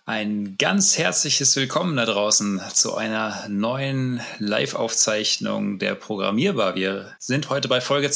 Ein ganz herzliches Willkommen da draußen zu einer neuen Live-Aufzeichnung der Programmierbar. Wir sind heute bei Folge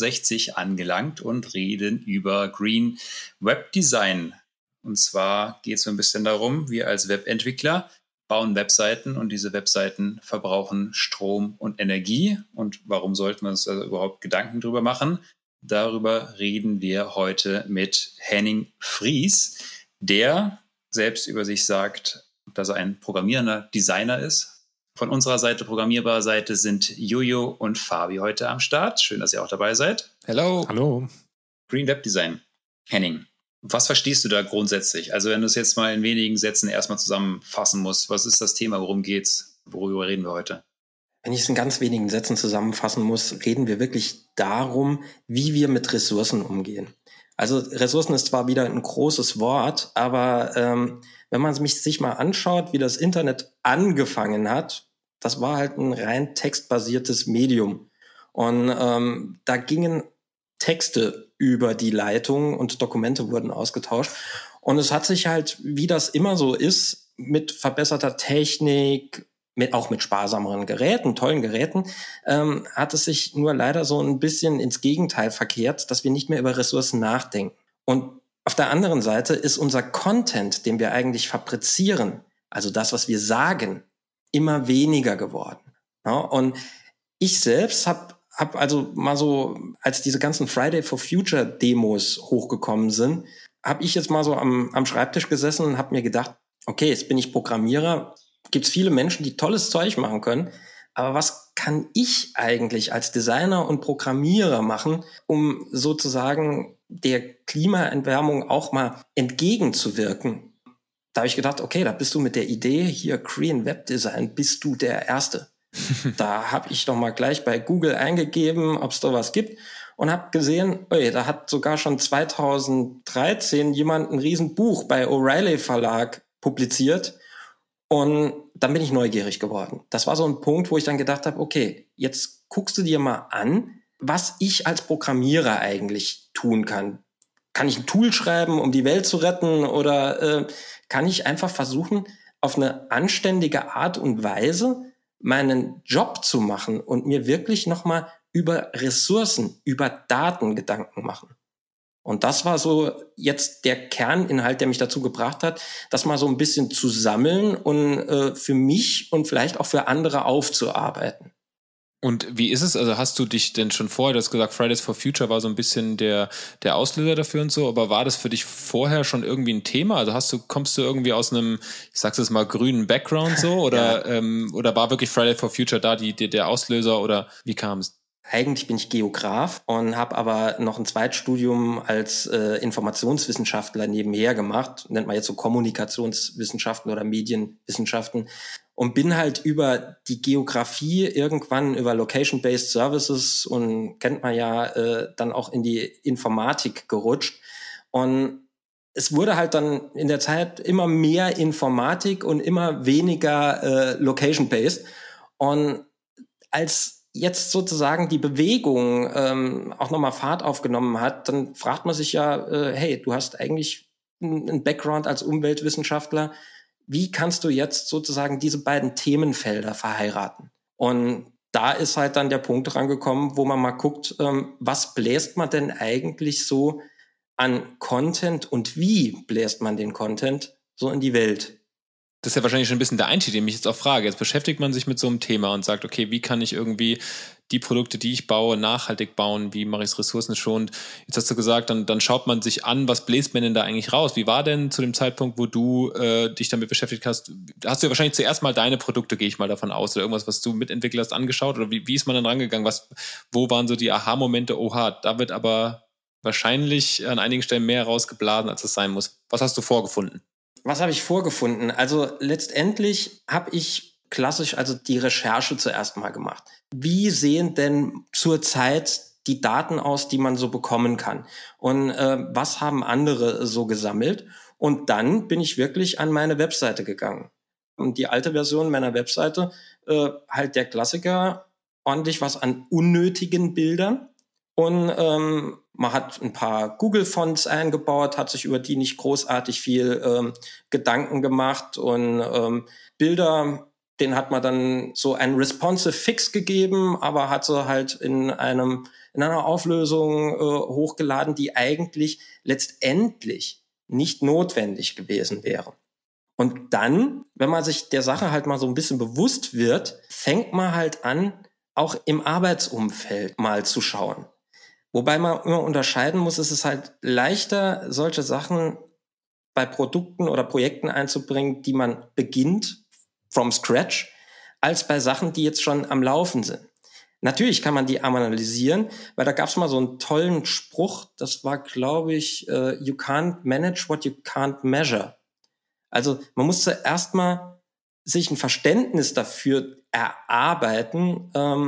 62 angelangt und reden über Green Web Design. Und zwar geht es so ein bisschen darum, wir als Webentwickler bauen Webseiten und diese Webseiten verbrauchen Strom und Energie. Und warum sollten wir uns also überhaupt Gedanken drüber machen? Darüber reden wir heute mit Henning Fries, der selbst über sich sagt, dass er ein programmierender Designer ist. Von unserer Seite, programmierbarer Seite, sind Jojo und Fabi heute am Start. Schön, dass ihr auch dabei seid. Hello. Hallo. Green Web Design. Henning, was verstehst du da grundsätzlich? Also wenn du es jetzt mal in wenigen Sätzen erstmal zusammenfassen musst, was ist das Thema, worum geht's? Worüber reden wir heute? Wenn ich es in ganz wenigen Sätzen zusammenfassen muss, reden wir wirklich darum, wie wir mit Ressourcen umgehen. Also Ressourcen ist zwar wieder ein großes Wort, aber wenn man sich mal anschaut, wie das Internet angefangen hat, das war halt ein rein textbasiertes Medium. Und da gingen Texte über die Leitung und Dokumente wurden ausgetauscht. Und es hat sich halt, wie das immer so ist, mit verbesserter Technik, auch mit sparsameren Geräten, tollen Geräten, hat es sich nur leider so ein bisschen ins Gegenteil verkehrt, dass wir nicht mehr über Ressourcen nachdenken. Und auf der anderen Seite ist unser Content, den wir eigentlich fabrizieren, also das, was wir sagen, immer weniger geworden. Ja, und ich selbst habe also mal so, als diese ganzen Friday for Future Demos hochgekommen sind, habe ich jetzt mal so am Schreibtisch gesessen und habe mir gedacht, okay, jetzt bin ich Programmierer, gibt es viele Menschen, die tolles Zeug machen können. Aber was kann ich eigentlich als Designer und Programmierer machen, um sozusagen der Klimaerwärmung auch mal entgegenzuwirken? Da habe ich gedacht, okay, da bist du mit der Idee hier Green Web Design, bist du der Erste. Da habe ich doch mal gleich bei Google eingegeben, ob es da was gibt und habe gesehen, da hat sogar schon 2013 jemand ein Riesenbuch bei O'Reilly Verlag publiziert. Und dann bin ich neugierig geworden. Das war so ein Punkt, wo ich dann gedacht habe, okay, jetzt guckst du dir mal an, was ich als Programmierer eigentlich tun kann. Kann ich ein Tool schreiben, um die Welt zu retten, oder kann ich einfach versuchen, auf eine anständige Art und Weise meinen Job zu machen und mir wirklich nochmal über Ressourcen, über Daten Gedanken machen? Und das war so jetzt der Kerninhalt, der mich dazu gebracht hat, das mal so ein bisschen zu sammeln und für mich und vielleicht auch für andere aufzuarbeiten. Und wie ist es? Also hast du dich denn schon vorher, du hast gesagt, Fridays for Future war so ein bisschen der Auslöser dafür und so, aber war das für dich vorher schon irgendwie ein Thema? Also kommst du irgendwie aus einem, ich sag's jetzt mal, grünen Background so? Oder, ja. Oder war wirklich Fridays for Future da der Auslöser oder wie kam es? Eigentlich bin ich Geograf und habe aber noch ein Zweitstudium als Informationswissenschaftler nebenher gemacht, nennt man jetzt so Kommunikationswissenschaften oder Medienwissenschaften, und bin halt über die Geografie irgendwann über Location-Based Services und kennt man ja dann auch in die Informatik gerutscht. Und es wurde halt dann in der Zeit immer mehr Informatik und immer weniger Location-Based. Und als jetzt sozusagen die Bewegung auch nochmal Fahrt aufgenommen hat, dann fragt man sich ja, hey, du hast eigentlich einen Background als Umweltwissenschaftler, wie kannst du jetzt sozusagen diese beiden Themenfelder verheiraten? Und da ist halt dann der Punkt rangekommen, wo man mal guckt, was bläst man denn eigentlich so an Content und wie bläst man den Content so in die Welt? Das ist ja wahrscheinlich schon ein bisschen der Einstieg, den ich jetzt auch frage. Jetzt beschäftigt man sich mit so einem Thema und sagt, okay, wie kann ich irgendwie die Produkte, die ich baue, nachhaltig bauen? Wie mache ich es ressourcenschonend? Jetzt hast du gesagt, dann schaut man sich an, was bläst man denn da eigentlich raus? Wie war denn zu dem Zeitpunkt, wo du dich damit beschäftigt hast? Hast du ja wahrscheinlich zuerst mal deine Produkte, gehe ich mal davon aus, oder irgendwas, was du mitentwickelt hast, angeschaut? Oder wie ist man dann rangegangen? Wo waren so die Aha-Momente? Oha, da wird aber wahrscheinlich an einigen Stellen mehr rausgeblasen, als es sein muss. Was hast du vorgefunden? Was habe ich vorgefunden? Also letztendlich habe ich klassisch also die Recherche zuerst mal gemacht. Wie sehen denn zurzeit die Daten aus, die man so bekommen kann? Und was haben andere so gesammelt? Und dann bin ich wirklich an meine Webseite gegangen. Und die alte Version meiner Webseite, halt der Klassiker, ordentlich was an unnötigen Bildern und Man hat ein paar Google-Fonts eingebaut, hat sich über die nicht großartig viel Gedanken gemacht und Bilder, den hat man dann so einen responsive Fix gegeben, aber hat so halt in einer Auflösung hochgeladen, die eigentlich letztendlich nicht notwendig gewesen wäre. Und dann, wenn man sich der Sache halt mal so ein bisschen bewusst wird, fängt man halt an, auch im Arbeitsumfeld mal zu schauen. Wobei man immer unterscheiden muss, es ist halt leichter, solche Sachen bei Produkten oder Projekten einzubringen, die man beginnt from scratch, als bei Sachen, die jetzt schon am Laufen sind. Natürlich kann man die analysieren, weil da gab es mal so einen tollen Spruch, das war, glaube ich, you can't manage what you can't measure. Also man muss zuerst mal sich ein Verständnis dafür erarbeiten,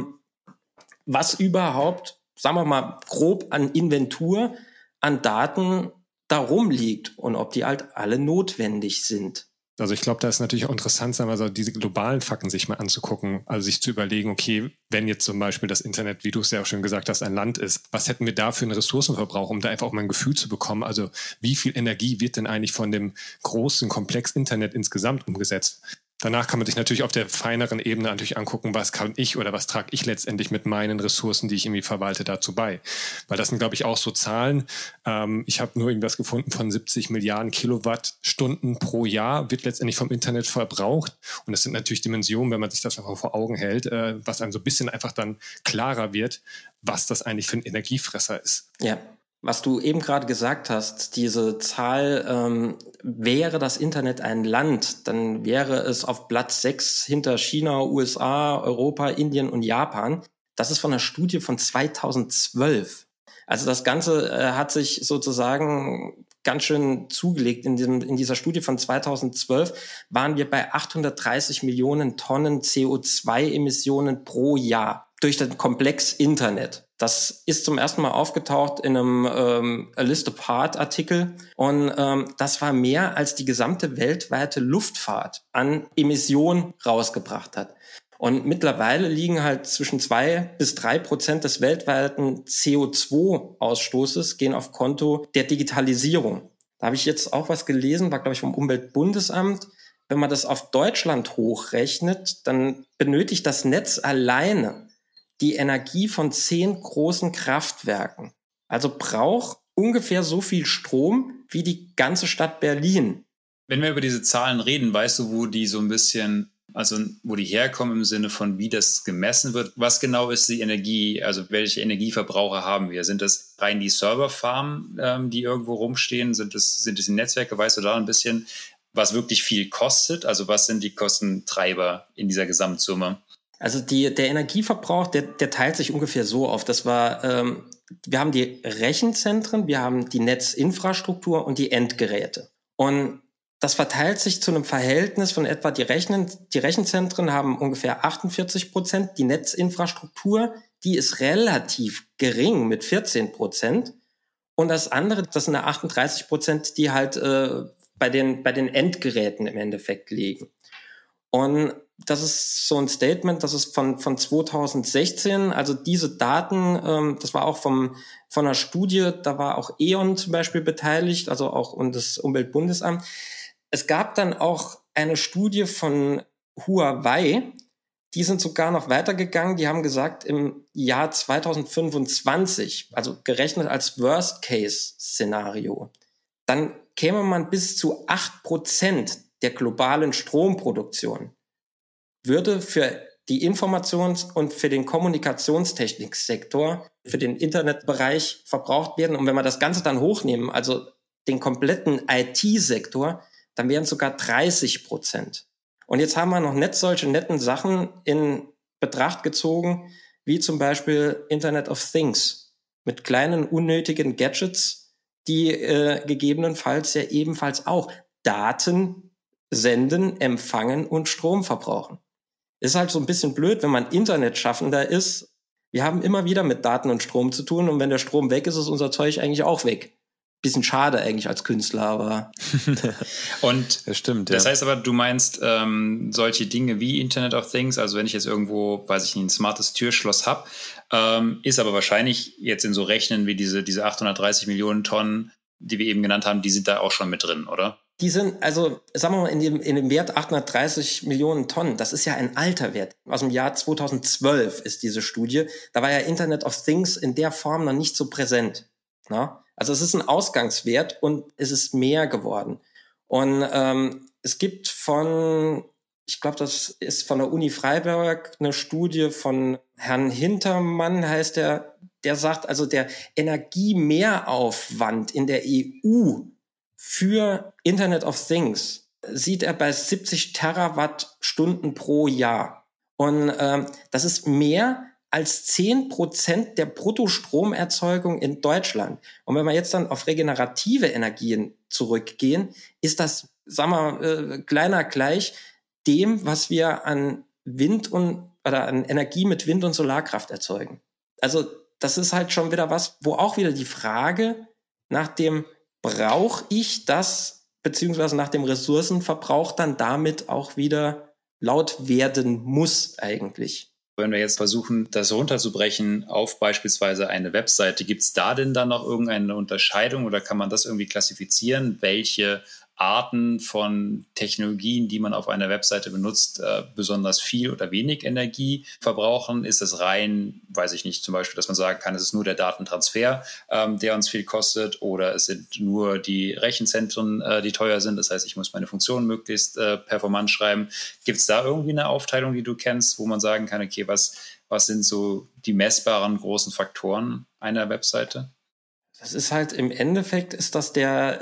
was überhaupt, sagen wir mal, grob an Inventur, an Daten da rumliegt und ob die halt alle notwendig sind. Also ich glaube, da ist natürlich auch interessant, also diese globalen Fakten sich mal anzugucken, also sich zu überlegen, okay, wenn jetzt zum Beispiel das Internet, wie du es ja auch schon gesagt hast, ein Land ist, was hätten wir da für einen Ressourcenverbrauch, um da einfach auch mal ein Gefühl zu bekommen, also wie viel Energie wird denn eigentlich von dem großen Komplex Internet insgesamt umgesetzt? Danach kann man sich natürlich auf der feineren Ebene natürlich angucken, was kann ich oder was trage ich letztendlich mit meinen Ressourcen, die ich irgendwie verwalte, dazu bei. Weil das sind, glaube ich, auch so Zahlen. Ich habe nur irgendwas gefunden von 70 Milliarden Kilowattstunden pro Jahr wird letztendlich vom Internet verbraucht. Und das sind natürlich Dimensionen, wenn man sich das einfach vor Augen hält, was einem so ein bisschen einfach dann klarer wird, was das eigentlich für ein Energiefresser ist. Ja. Was du eben gerade gesagt hast, diese Zahl, wäre das Internet ein Land, dann wäre es auf Platz 6 hinter China, USA, Europa, Indien und Japan. Das ist von einer Studie von 2012. Also das Ganze hat sich sozusagen ganz schön zugelegt. In dieser Studie von 2012 waren wir bei 830 Millionen Tonnen CO2-Emissionen pro Jahr durch den Komplex Internet. Das ist zum ersten Mal aufgetaucht in einem A List Apart Artikel und das war mehr, als die gesamte weltweite Luftfahrt an Emissionen rausgebracht hat. Und mittlerweile liegen halt zwischen 2-3% des weltweiten CO2-Ausstoßes gehen auf Konto der Digitalisierung. Da habe ich jetzt auch was gelesen, war glaube ich vom Umweltbundesamt. Wenn man das auf Deutschland hochrechnet, dann benötigt das Netz alleine die Energie von 10 großen Kraftwerken. Also braucht ungefähr so viel Strom wie die ganze Stadt Berlin. Wenn wir über diese Zahlen reden, weißt du, wo die so ein bisschen, also wo die herkommen im Sinne von, wie das gemessen wird? Was genau ist die Energie, also welche Energieverbraucher haben wir? Sind das rein die Serverfarmen, die irgendwo rumstehen? Sind es die Netzwerke? Weißt du da ein bisschen, was wirklich viel kostet? Also was sind die Kostentreiber in dieser Gesamtsumme? Also der Energieverbrauch, der teilt sich ungefähr so auf. Das war, wir haben die Rechenzentren, wir haben die Netzinfrastruktur und die Endgeräte. Und das verteilt sich zu einem Verhältnis von etwa, die Rechenzentren haben ungefähr 48%, die Netzinfrastruktur, die ist relativ gering mit 14%. Und das andere, das sind 38%, die halt bei den Endgeräten im Endeffekt liegen. Und das ist so ein Statement, das ist von 2016, also diese Daten, das war auch von einer Studie, da war auch E.ON zum Beispiel beteiligt, also auch und das Umweltbundesamt. Es gab dann auch eine Studie von Huawei, die sind sogar noch weitergegangen, die haben gesagt, im Jahr 2025, also gerechnet als Worst-Case-Szenario, dann käme man bis zu 8% der globalen Stromproduktion würde für die Informations- und für den Kommunikationstechniksektor, für den Internetbereich verbraucht werden. Und wenn wir das Ganze dann hochnehmen, also den kompletten IT-Sektor, dann wären es sogar 30%. Und jetzt haben wir noch nicht solche netten Sachen in Betracht gezogen, wie zum Beispiel Internet of Things, mit kleinen unnötigen Gadgets, die gegebenenfalls ja ebenfalls auch Daten senden, empfangen und Strom verbrauchen. Ist halt so ein bisschen blöd, wenn man Internetschaffender ist. Wir haben immer wieder mit Daten und Strom zu tun und wenn der Strom weg ist, ist unser Zeug eigentlich auch weg. bisschen schade eigentlich als Künstler, aber. Und das stimmt, das heißt aber, du meinst solche Dinge wie Internet of Things, also wenn ich jetzt irgendwo, weiß ich nicht, ein smartes Türschloss habe, ist aber wahrscheinlich jetzt in so Rechnen wie diese 830 Millionen Tonnen, die wir eben genannt haben, die sind da auch schon mit drin, oder? Die sind, also sagen wir mal, in dem Wert 830 Millionen Tonnen, das ist ja ein alter Wert. Aus dem Jahr 2012 ist diese Studie. Da war ja Internet of Things in der Form noch nicht so präsent. Na? Also es ist ein Ausgangswert und es ist mehr geworden. Und es gibt ich glaube, das ist von der Uni Freiburg eine Studie von Herrn Hintermann, heißt der sagt, also der Energiemehraufwand in der EU für Internet of Things sieht er bei 70 Terawattstunden pro Jahr. Und das ist mehr als 10% der Bruttostromerzeugung in Deutschland. Und wenn wir jetzt dann auf regenerative Energien zurückgehen, ist das, sagen wir, kleiner gleich dem, was wir an an Energie mit Wind- und Solarkraft erzeugen. Also das ist halt schon wieder was, wo auch wieder die Frage nach dem, brauche ich das, beziehungsweise nach dem Ressourcenverbrauch dann damit auch wieder laut werden muss eigentlich. Wenn wir jetzt versuchen, das runterzubrechen auf beispielsweise eine Webseite, gibt es da denn dann noch irgendeine Unterscheidung oder kann man das irgendwie klassifizieren, welche Arten von Technologien, die man auf einer Webseite benutzt, besonders viel oder wenig Energie verbrauchen? Ist es rein, weiß ich nicht, zum Beispiel, dass man sagen kann, es ist nur der Datentransfer, der uns viel kostet, oder es sind nur die Rechenzentren, die teuer sind, das heißt, ich muss meine Funktionen möglichst performant schreiben. Gibt es da irgendwie eine Aufteilung, die du kennst, wo man sagen kann, okay, was sind so die messbaren großen Faktoren einer Webseite? Das ist halt im Endeffekt, ist das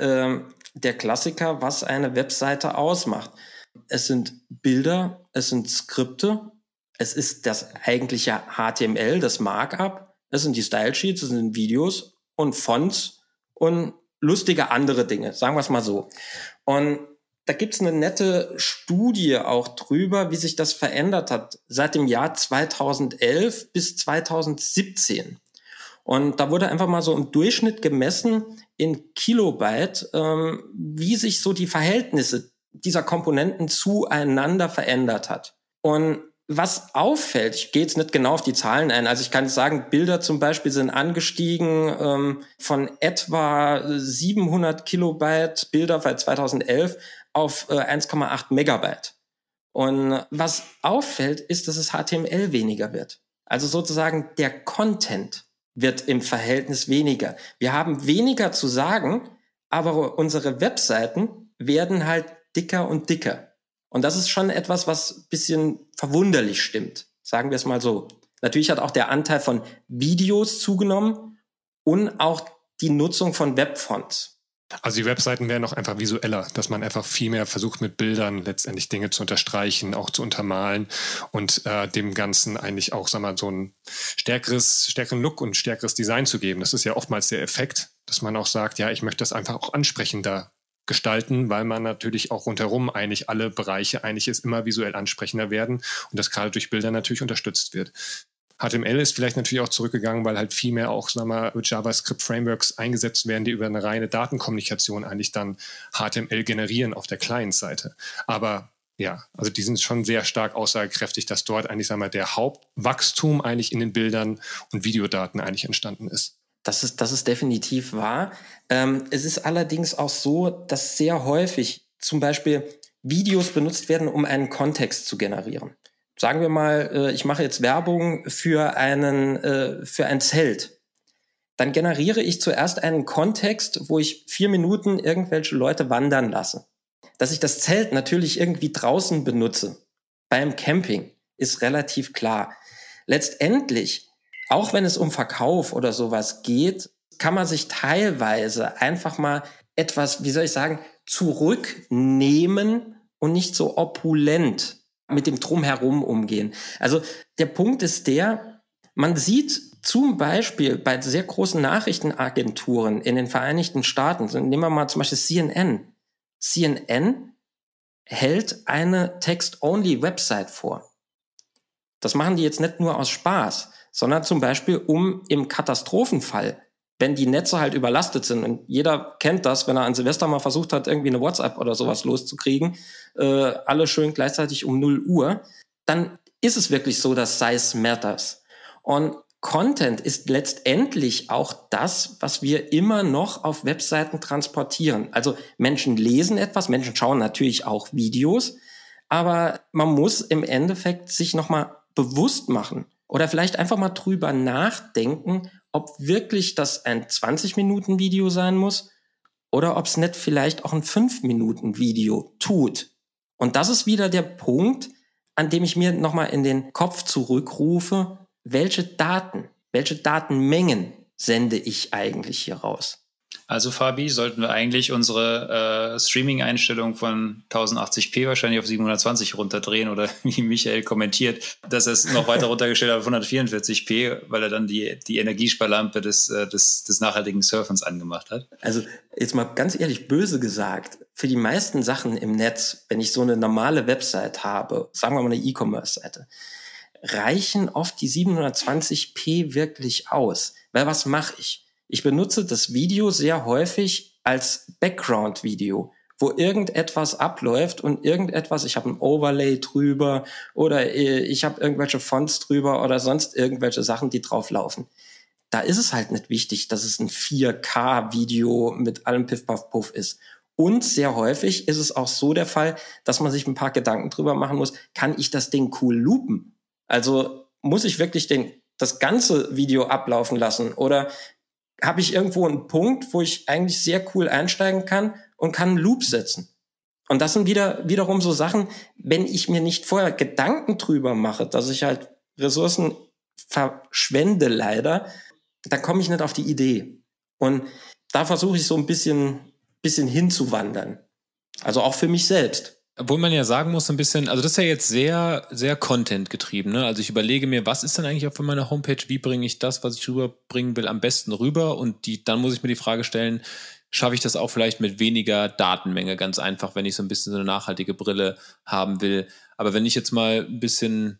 der Klassiker, was eine Webseite ausmacht. Es sind Bilder, es sind Skripte, es ist das eigentliche HTML, das Markup, es sind die Stylesheets, es sind Videos und Fonts und lustige andere Dinge, sagen wir es mal so. Und da gibt's eine nette Studie auch drüber, wie sich das verändert hat seit dem Jahr 2011 bis 2017. Und da wurde einfach mal so im Durchschnitt gemessen in Kilobyte, wie sich so die Verhältnisse dieser Komponenten zueinander verändert hat. Und was auffällt, ich gehe jetzt nicht genau auf die Zahlen ein, also ich kann sagen, Bilder zum Beispiel sind angestiegen von etwa 700 Kilobyte Bilder bei 2011 auf 1,8 Megabyte. Und was auffällt, ist, dass es HTML weniger wird. Also sozusagen der Content wird im Verhältnis weniger. Wir haben weniger zu sagen, aber unsere Webseiten werden halt dicker und dicker. Und das ist schon etwas, was ein bisschen verwunderlich stimmt. Sagen wir es mal so. Natürlich hat auch der Anteil von Videos zugenommen und auch die Nutzung von Webfonts. Also die Webseiten werden auch einfach visueller, dass man einfach viel mehr versucht, mit Bildern letztendlich Dinge zu unterstreichen, auch zu untermalen und dem Ganzen eigentlich auch, sagen wir mal, so einen stärkeren Look und stärkeres Design zu geben. Das ist ja oftmals der Effekt, dass man auch sagt, ja, ich möchte das einfach auch ansprechender gestalten, weil man natürlich auch rundherum eigentlich alle Bereiche eigentlich ist immer visuell ansprechender werden und das gerade durch Bilder natürlich unterstützt wird. HTML ist vielleicht natürlich auch zurückgegangen, weil halt viel mehr auch, sagen wir mal, JavaScript-Frameworks eingesetzt werden, die über eine reine Datenkommunikation eigentlich dann HTML generieren auf der Client-Seite. Aber ja, also die sind schon sehr stark aussagekräftig, dass dort eigentlich, sagen wir mal, der Hauptwachstum eigentlich in den Bildern und Videodaten eigentlich entstanden ist. Das ist definitiv wahr. Es ist allerdings auch so, dass sehr häufig zum Beispiel Videos benutzt werden, um einen Kontext zu generieren. Sagen wir mal, ich mache jetzt Werbung für ein Zelt. Dann generiere ich zuerst einen Kontext, wo ich 4 Minuten irgendwelche Leute wandern lasse. Dass ich das Zelt natürlich irgendwie draußen benutze, beim Camping, ist relativ klar. Letztendlich, auch wenn es um Verkauf oder sowas geht, kann man sich teilweise einfach mal etwas, wie soll ich sagen, zurücknehmen und nicht so opulent mit dem Drumherum umgehen. Also der Punkt ist man sieht zum Beispiel bei sehr großen Nachrichtenagenturen in den Vereinigten Staaten, nehmen wir mal zum Beispiel CNN. CNN hält eine Text-Only-Website vor. Das machen die jetzt nicht nur aus Spaß, sondern zum Beispiel, um im Katastrophenfall, wenn die Netze halt überlastet sind, und jeder kennt das, wenn er an Silvester mal versucht hat, irgendwie eine WhatsApp oder sowas loszukriegen, alle schön gleichzeitig um 0 Uhr, dann ist es wirklich so, dass Size matters. Und Content ist letztendlich auch das, was wir immer noch auf Webseiten transportieren. Also Menschen lesen etwas, Menschen schauen natürlich auch Videos, aber man muss im Endeffekt sich nochmal bewusst machen oder vielleicht einfach mal drüber nachdenken, ob wirklich das ein 20-Minuten-Video sein muss oder ob es nicht vielleicht auch ein 5-Minuten-Video tut. Und das ist wieder der Punkt, an dem ich mir nochmal in den Kopf zurückrufe, welche Datenmengen sende ich eigentlich hier raus? Also Fabi, sollten wir eigentlich unsere Streaming-Einstellung von 1080p wahrscheinlich auf 720 runterdrehen oder wie Michael kommentiert, dass er es noch weiter runtergestellt hat auf 144p, weil er dann die Energiesparlampe des nachhaltigen Surfens angemacht hat? Also jetzt mal ganz ehrlich, böse gesagt, für die meisten Sachen im Netz, wenn ich so eine normale Website habe, sagen wir mal eine E-Commerce-Seite, reichen oft die 720p wirklich aus. Weil was mache ich? Ich benutze das Video sehr häufig als Background-Video, wo irgendetwas abläuft und irgendetwas, ich habe ein Overlay drüber oder ich habe irgendwelche Fonts drüber oder sonst irgendwelche Sachen, die drauf laufen. Da ist es halt nicht wichtig, dass es ein 4K-Video mit allem Piff-Puff-Puff ist. Und sehr häufig ist es auch so der Fall, dass man sich ein paar Gedanken drüber machen muss, kann ich das Ding cool loopen? Also muss ich wirklich das ganze Video ablaufen lassen oder habe ich irgendwo einen Punkt, wo ich eigentlich sehr cool einsteigen kann und kann einen Loop setzen? Und das sind wiederum so Sachen, wenn ich mir nicht vorher Gedanken drüber mache, dass ich halt Ressourcen verschwende leider, dann komme ich nicht auf die Idee. Und da versuche ich so ein bisschen hinzuwandern. Also auch für mich selbst. Obwohl man ja sagen muss, ein bisschen, also das ist ja jetzt sehr, sehr Content getrieben, ne? Also ich überlege mir, was ist denn eigentlich auf meiner Homepage, wie bringe ich das, was ich rüberbringen will, am besten rüber? Und dann muss ich mir die Frage stellen, schaffe ich das auch vielleicht mit weniger Datenmenge, ganz einfach, wenn ich so ein bisschen so eine nachhaltige Brille haben will. Aber wenn ich jetzt mal ein bisschen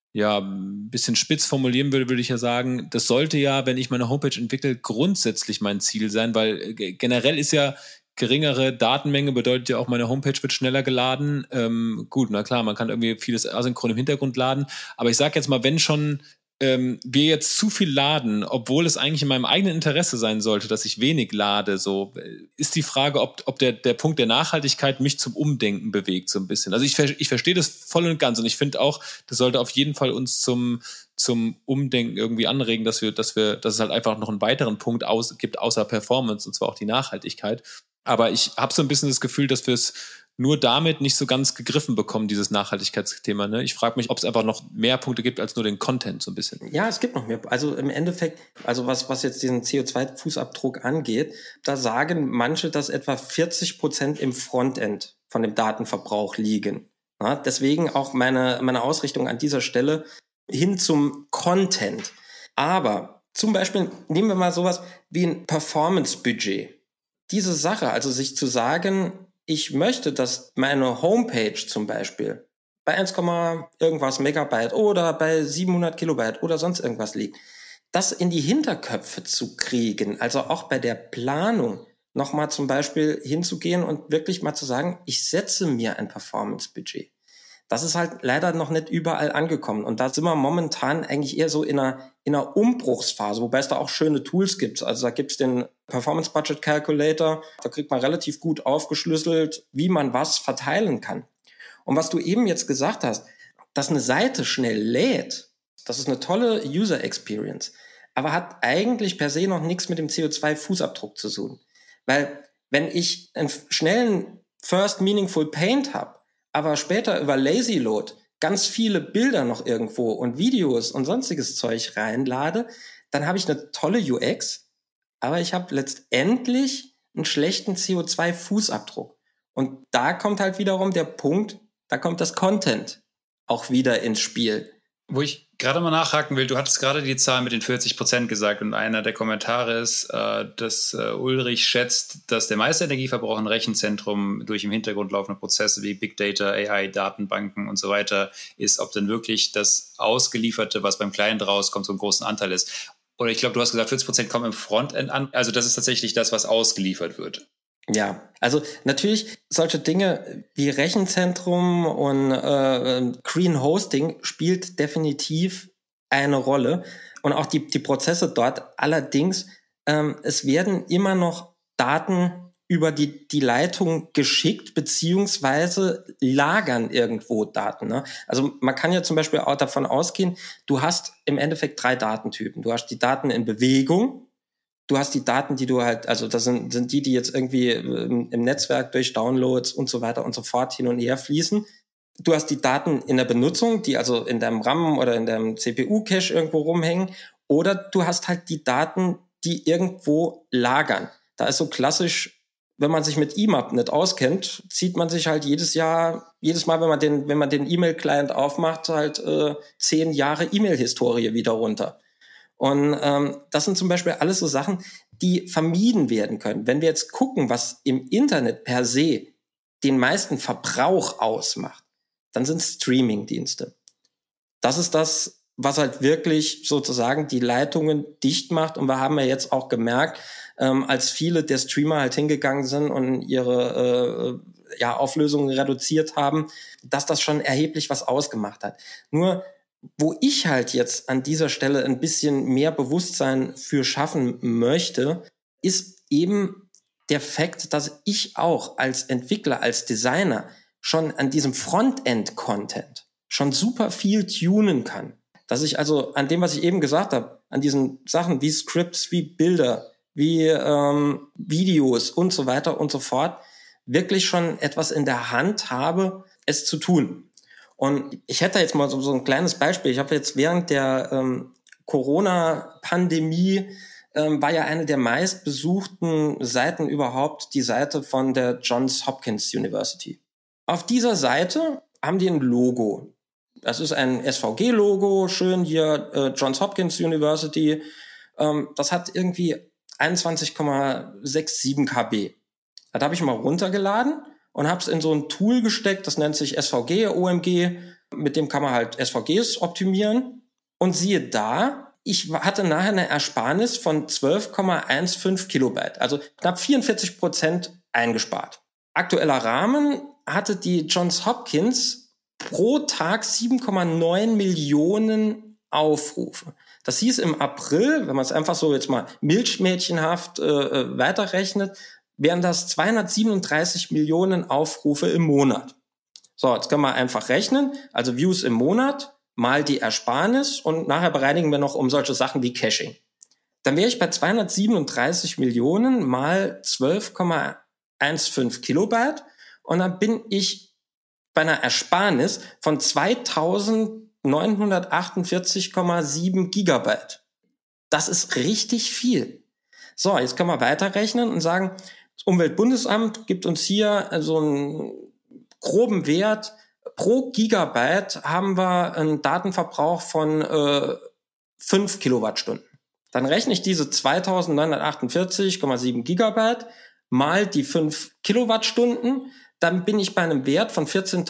spitz formulieren würde ich ja sagen, das sollte ja, wenn ich meine Homepage entwickle, grundsätzlich mein Ziel sein, weil generell ist ja geringere Datenmenge bedeutet ja auch, meine Homepage wird schneller geladen. Gut, na klar, man kann irgendwie vieles asynchron im Hintergrund laden, aber ich sage jetzt mal, wenn schon wir jetzt zu viel laden, obwohl es eigentlich in meinem eigenen Interesse sein sollte, dass ich wenig lade, so ist die Frage, ob der Punkt der Nachhaltigkeit mich zum Umdenken bewegt, so ein bisschen. Also ich verstehe das voll und ganz und ich finde auch, das sollte auf jeden Fall uns zum Umdenken irgendwie anregen, dass es halt einfach noch einen weiteren Punkt gibt außer Performance, und zwar auch die Nachhaltigkeit. Aber ich habe so ein bisschen das Gefühl, dass wir es nur damit nicht so ganz gegriffen bekommen, dieses Nachhaltigkeitsthema. Ne? Ich frage mich, ob es einfach noch mehr Punkte gibt als nur den Content so ein bisschen. Ja, es gibt noch mehr. Also im Endeffekt, also was jetzt diesen CO2-Fußabdruck angeht, da sagen manche, dass etwa 40% im Frontend von dem Datenverbrauch liegen. Ja, deswegen auch meine Ausrichtung an dieser Stelle hin zum Content. Aber zum Beispiel nehmen wir mal sowas wie ein Performance-Budget. Diese Sache, also sich zu sagen, ich möchte, dass meine Homepage zum Beispiel bei 1, irgendwas Megabyte oder bei 700 Kilobyte oder sonst irgendwas liegt, das in die Hinterköpfe zu kriegen, also auch bei der Planung nochmal zum Beispiel hinzugehen und wirklich mal zu sagen, ich setze mir ein Performance-Budget. Das ist halt leider noch nicht überall angekommen. Und da sind wir momentan eigentlich eher so in einer Umbruchsphase, wobei es da auch schöne Tools gibt. Also da gibt's den Performance Budget Calculator. Da kriegt man relativ gut aufgeschlüsselt, wie man was verteilen kann. Und was du eben jetzt gesagt hast, dass eine Seite schnell lädt, das ist eine tolle User Experience, aber hat eigentlich per se noch nichts mit dem CO2-Fußabdruck zu tun. Weil wenn ich einen schnellen First Meaningful Paint habe, aber später über Lazy Load ganz viele Bilder noch irgendwo und Videos und sonstiges Zeug reinlade, dann habe ich eine tolle UX, aber ich habe letztendlich einen schlechten CO2-Fußabdruck. Und da kommt halt wiederum der Punkt, da kommt das Content auch wieder ins Spiel. Wo ich gerade mal nachhaken will, du hattest gerade die Zahl mit den 40% gesagt und einer der Kommentare ist, dass Ulrich schätzt, dass der meiste Energieverbrauch im Rechenzentrum durch im Hintergrund laufende Prozesse wie Big Data, AI, Datenbanken und so weiter ist, ob denn wirklich das Ausgelieferte, was beim Client rauskommt, so einen großen Anteil ist. Oder ich glaube, du hast gesagt, 40% kommen im Frontend an. Also das ist tatsächlich das, was ausgeliefert wird. Ja, also natürlich solche Dinge wie Rechenzentrum und Green Hosting spielt definitiv eine Rolle und auch die Prozesse dort. Allerdings, es werden immer noch Daten über die Leitung geschickt, beziehungsweise lagern irgendwo Daten. Ne? Also man kann ja zum Beispiel auch davon ausgehen, du hast im Endeffekt 3 Datentypen. Du hast die Daten in Bewegung, du hast die Daten, die du halt, also das sind die jetzt irgendwie im Netzwerk durch Downloads und so weiter und so fort hin und her fließen. Du hast die Daten in der Benutzung, die also in deinem RAM oder in deinem CPU-Cache irgendwo rumhängen. Oder du hast halt die Daten, die irgendwo lagern. Da ist so klassisch, wenn man sich mit IMAP nicht auskennt, zieht man sich halt jedes Mal, wenn man den E-Mail-Client aufmacht, halt 10 Jahre E-Mail-Historie wieder runter. Und das sind zum Beispiel alles so Sachen, die vermieden werden können. Wenn wir jetzt gucken, was im Internet per se den meisten Verbrauch ausmacht, dann sind Streaming-Dienste. Das ist das, was halt wirklich sozusagen die Leitungen dicht macht. Und wir haben ja jetzt auch gemerkt, als viele der Streamer halt hingegangen sind und ihre Auflösungen reduziert haben, dass das schon erheblich was ausgemacht hat. Nur wo ich halt jetzt an dieser Stelle ein bisschen mehr Bewusstsein für schaffen möchte, ist eben der Fakt, dass ich auch als Entwickler, als Designer schon an diesem Frontend-Content schon super viel tunen kann. Dass ich also an dem, was ich eben gesagt habe, an diesen Sachen wie Scripts, wie Bilder, wie Videos und so weiter und so fort, wirklich schon etwas in der Hand habe, es zu tun. Und ich hätte jetzt mal so ein kleines Beispiel. Ich habe jetzt während der Corona-Pandemie war ja eine der meistbesuchten Seiten überhaupt die Seite von der Johns Hopkins University. Auf dieser Seite haben die ein Logo. Das ist ein SVG-Logo, schön hier Johns Hopkins University. Das hat irgendwie 21,67 KB. Das habe ich mal runtergeladen und habe es in so ein Tool gesteckt, das nennt sich SVG, OMG. Mit dem kann man halt SVGs optimieren. Und siehe da, ich hatte nachher eine Ersparnis von 12,15 Kilobyte, also knapp 44% eingespart. Aktueller Rahmen hatte die Johns Hopkins pro Tag 7,9 Millionen Aufrufe. Das hieß im April, wenn man es einfach so jetzt mal milchmädchenhaft weiterrechnet, wären das 237 Millionen Aufrufe im Monat. So, jetzt können wir einfach rechnen, also Views im Monat mal die Ersparnis und nachher bereinigen wir noch um solche Sachen wie Caching. Dann wäre ich bei 237 Millionen mal 12,15 Kilobyte und dann bin ich bei einer Ersparnis von 2948,7 Gigabyte. Das ist richtig viel. So, jetzt können wir weiterrechnen und sagen, das Umweltbundesamt gibt uns hier so einen groben Wert. Pro Gigabyte haben wir einen Datenverbrauch von 5 Kilowattstunden. Dann rechne ich diese 2948,7 Gigabyte mal die 5 Kilowattstunden. Dann bin ich bei einem Wert von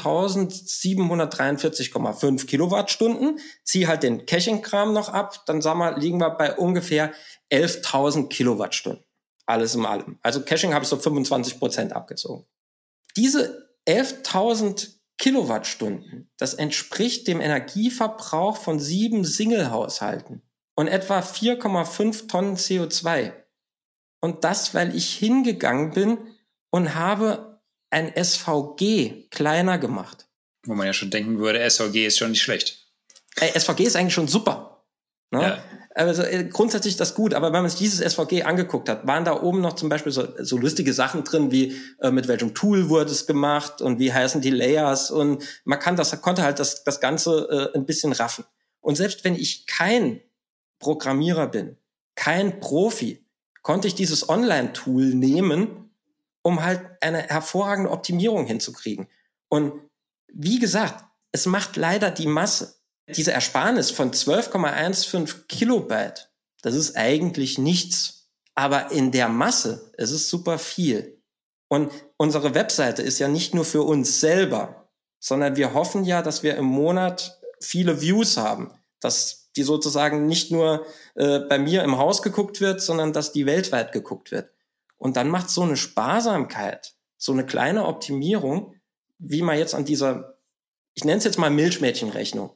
14.743,5 Kilowattstunden. Ziehe halt den Caching-Kram noch ab. Dann liegen wir bei ungefähr 11.000 Kilowattstunden. Alles in allem. Also Caching habe ich so 25% abgezogen. Diese 11.000 Kilowattstunden, das entspricht dem Energieverbrauch von 7 Single-Haushalten und etwa 4,5 Tonnen CO2. Und das, weil ich hingegangen bin und habe ein SVG kleiner gemacht. Wo man ja schon denken würde, SVG ist schon nicht schlecht. SVG ist eigentlich schon super. Ne? Ja. Also grundsätzlich das gut, aber wenn man sich dieses SVG angeguckt hat, waren da oben noch zum Beispiel so lustige Sachen drin, wie mit welchem Tool wurde es gemacht und wie heißen die Layers und man konnte halt das Ganze ein bisschen raffen. Und selbst wenn ich kein Programmierer bin, kein Profi, konnte ich dieses Online-Tool nehmen, um halt eine hervorragende Optimierung hinzukriegen. Und wie gesagt, es macht leider die Masse. Diese Ersparnis von 12,15 Kilobyte, das ist eigentlich nichts. Aber in der Masse ist es super viel. Und unsere Webseite ist ja nicht nur für uns selber, sondern wir hoffen ja, dass wir im Monat viele Views haben, dass die sozusagen nicht nur bei mir im Haus geguckt wird, sondern dass die weltweit geguckt wird. Und dann macht so eine Sparsamkeit, so eine kleine Optimierung, wie man jetzt an dieser, ich nenne es jetzt mal Milchmädchenrechnung,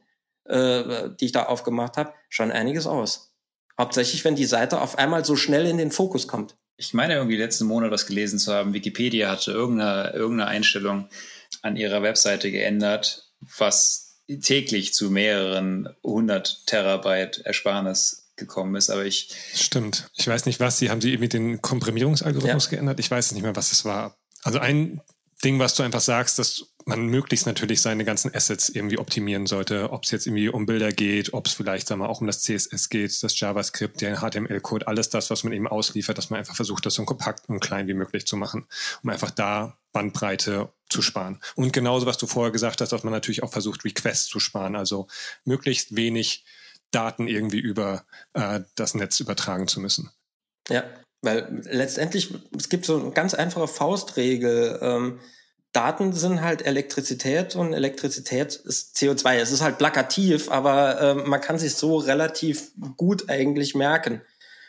die ich da aufgemacht habe, schon einiges aus. Hauptsächlich, wenn die Seite auf einmal so schnell in den Fokus kommt. Ich meine irgendwie letzten Monat was gelesen zu haben, Wikipedia hatte irgendeine Einstellung an ihrer Webseite geändert, was täglich zu mehreren 100 Terabyte Ersparnis gekommen ist, aber Stimmt. Ich weiß nicht was, haben sie irgendwie den Komprimierungsalgorithmus geändert? Ich weiß nicht mehr, was es war. Also ein Ding, was du einfach sagst, dass man möglichst natürlich seine ganzen Assets irgendwie optimieren sollte, ob es jetzt irgendwie um Bilder geht, ob es vielleicht, sagen wir, auch um das CSS geht, das JavaScript, der HTML-Code, alles das, was man eben ausliefert, dass man einfach versucht, das so kompakt und klein wie möglich zu machen, um einfach da Bandbreite zu sparen. Und genauso, was du vorher gesagt hast, dass man natürlich auch versucht, Requests zu sparen, also möglichst wenig Daten irgendwie über das Netz übertragen zu müssen. Ja, weil letztendlich, es gibt so eine ganz einfache Faustregel. Daten sind halt Elektrizität und Elektrizität ist CO2. Es ist halt plakativ, aber man kann sich so relativ gut eigentlich merken.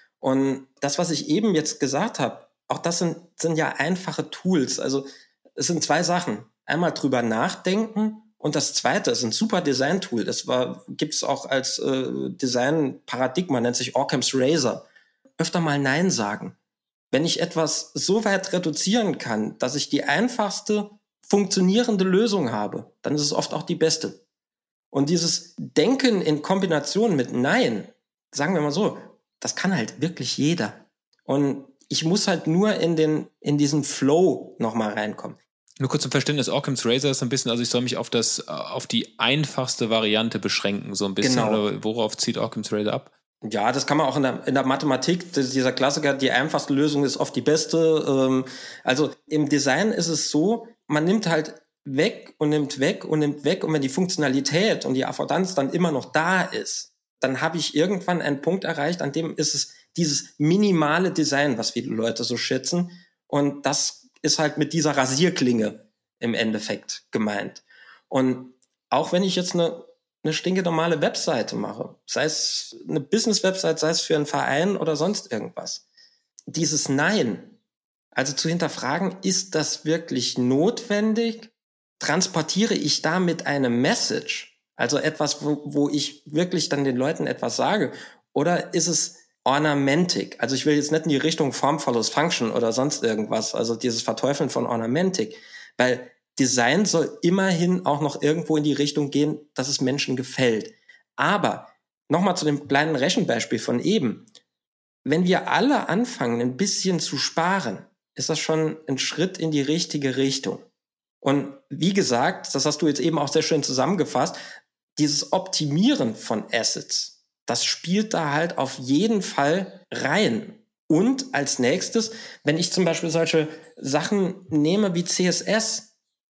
Und das, was ich eben jetzt gesagt habe, auch das sind ja einfache Tools. Also es sind zwei Sachen. Einmal drüber nachdenken und das zweite ist ein super Design-Tool. Das gibt es auch als Design-Paradigma, nennt sich Occam's Razor. Öfter mal Nein sagen. Wenn ich etwas so weit reduzieren kann, dass ich die einfachste funktionierende Lösung habe, dann ist es oft auch die beste. Und dieses Denken in Kombination mit Nein, sagen wir mal so, das kann halt wirklich jeder. Und ich muss halt nur in diesen Flow nochmal reinkommen. Nur kurz zum Verständnis, Occam's Razor ist ein bisschen, also ich soll mich auf die einfachste Variante beschränken, so ein bisschen. Genau. Oder worauf zieht Occam's Razor ab? Ja, das kann man auch in der Mathematik, dieser Klassiker, die einfachste Lösung ist oft die beste. Also im Design ist es so, man nimmt halt weg und nimmt weg und nimmt weg und wenn die Funktionalität und die Affordanz dann immer noch da ist, dann habe ich irgendwann einen Punkt erreicht, an dem ist es dieses minimale Design, was viele Leute so schätzen und das ist halt mit dieser Rasierklinge im Endeffekt gemeint. Und auch wenn ich jetzt eine stinknormale Webseite mache, sei es eine Business-Website, sei es für einen Verein oder sonst irgendwas. Dieses Nein, also zu hinterfragen, ist das wirklich notwendig? Transportiere ich damit eine Message? Also etwas, wo ich wirklich dann den Leuten etwas sage? Oder ist es Ornamentik? Also ich will jetzt nicht in die Richtung Form follows Function oder sonst irgendwas, also dieses Verteufeln von Ornamentik, weil Design soll immerhin auch noch irgendwo in die Richtung gehen, dass es Menschen gefällt. Aber nochmal zu dem kleinen Rechenbeispiel von eben. Wenn wir alle anfangen, ein bisschen zu sparen, ist das schon ein Schritt in die richtige Richtung. Und wie gesagt, das hast du jetzt eben auch sehr schön zusammengefasst, dieses Optimieren von Assets, das spielt da halt auf jeden Fall rein. Und als nächstes, wenn ich zum Beispiel solche Sachen nehme wie CSS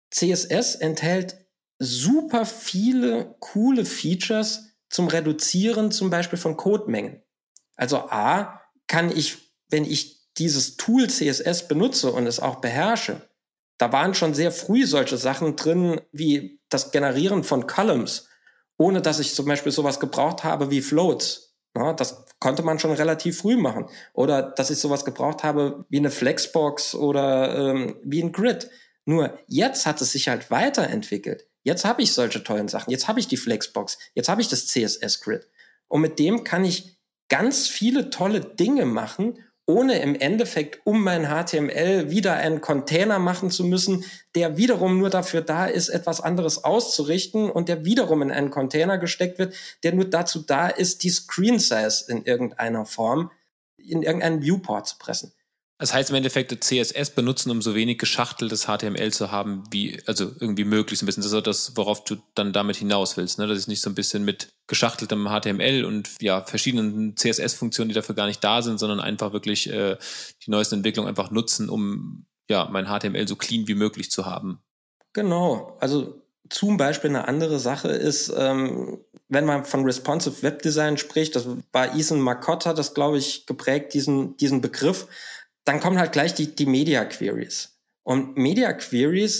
enthält super viele coole Features zum Reduzieren zum Beispiel von Codemengen. Also A, kann ich, wenn ich dieses Tool CSS benutze und es auch beherrsche, da waren schon sehr früh solche Sachen drin, wie das Generieren von Columns, ohne dass ich zum Beispiel sowas gebraucht habe wie Floats. Ja, das konnte man schon relativ früh machen. Oder dass ich sowas gebraucht habe wie eine Flexbox oder wie ein Grid. Nur jetzt hat es sich halt weiterentwickelt. Jetzt habe ich solche tollen Sachen. Jetzt habe ich die Flexbox. Jetzt habe ich das CSS-Grid. Und mit dem kann ich ganz viele tolle Dinge machen, ohne im Endeffekt um mein HTML wieder einen Container machen zu müssen, der wiederum nur dafür da ist, etwas anderes auszurichten und der wiederum in einen Container gesteckt wird, der nur dazu da ist, die Screen Size in irgendeiner Form in irgendeinen Viewport zu pressen. Das heißt im Endeffekt CSS benutzen, um so wenig geschachteltes HTML zu haben, wie, also irgendwie möglich so ein bisschen. Das ist das, worauf du dann damit hinaus willst, ne? Das ist nicht so ein bisschen mit geschachteltem HTML und ja, verschiedenen CSS-Funktionen, die dafür gar nicht da sind, sondern einfach wirklich die neuesten Entwicklungen einfach nutzen, um ja mein HTML so clean wie möglich zu haben. Genau, also zum Beispiel eine andere Sache ist, wenn man von Responsive Web Design spricht, das war Ethan Macotta, das glaube ich geprägt, diesen Begriff. Dann kommen halt gleich die Media Queries. Und Media Queries,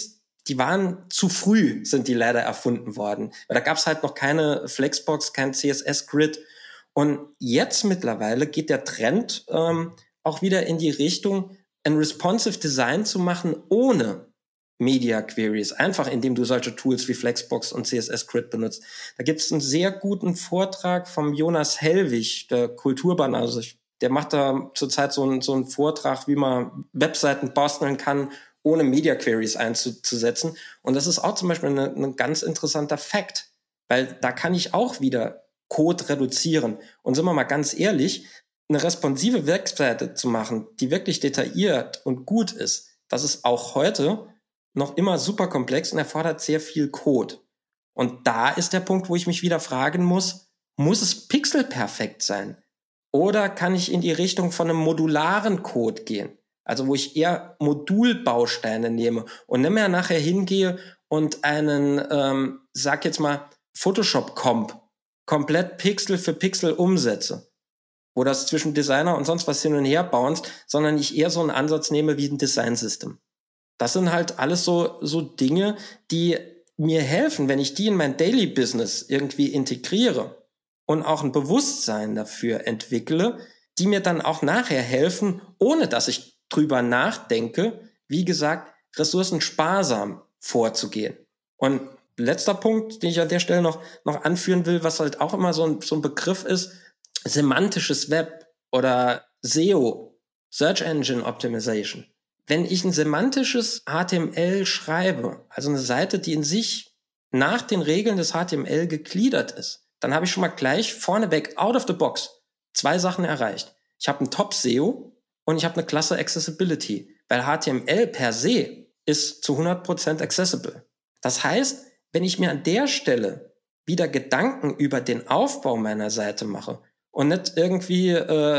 die waren zu früh, sind die leider erfunden worden. Weil da gab es halt noch keine Flexbox, kein CSS-Grid. Und jetzt mittlerweile geht der Trend auch wieder in die Richtung, ein responsive Design zu machen ohne Media Queries, einfach indem du solche Tools wie Flexbox und CSS-Grid benutzt. Da gibt es einen sehr guten Vortrag vom Jonas Hellwig, der Kulturbanner. Also der macht da zurzeit so einen Vortrag, wie man Webseiten basteln kann, ohne Media Queries einzusetzen. Und das ist auch zum Beispiel ein ganz interessanter Fact, weil da kann ich auch wieder Code reduzieren. Und sind wir mal ganz ehrlich, eine responsive Webseite zu machen, die wirklich detailliert und gut ist, das ist auch heute noch immer super komplex und erfordert sehr viel Code. Und da ist der Punkt, wo ich mich wieder fragen muss es pixelperfekt sein? Oder kann ich in die Richtung von einem modularen Code gehen? Also wo ich eher Modulbausteine nehme und nicht mehr nachher hingehe und einen, sag jetzt mal, Photoshop-Comp komplett Pixel für Pixel umsetze, wo das zwischen Designer und sonst was hin und her bounced, sondern ich eher so einen Ansatz nehme wie ein Design-System. Das sind halt alles so Dinge, die mir helfen, wenn ich die in mein Daily Business irgendwie integriere und auch ein Bewusstsein dafür entwickle, die mir dann auch nachher helfen, ohne dass ich drüber nachdenke, wie gesagt, ressourcensparsam vorzugehen. Und letzter Punkt, den ich an der Stelle noch anführen will, was halt auch immer so ein Begriff ist, semantisches Web oder SEO, Search Engine Optimization. Wenn ich ein semantisches HTML schreibe, also eine Seite, die in sich nach den Regeln des HTML gegliedert ist, dann habe ich schon mal gleich vorneweg, out of the box, 2 Sachen erreicht. Ich habe ein Top-SEO und ich habe eine klasse Accessibility, weil HTML per se ist zu 100% accessible. Das heißt, wenn ich mir an der Stelle wieder Gedanken über den Aufbau meiner Seite mache und nicht irgendwie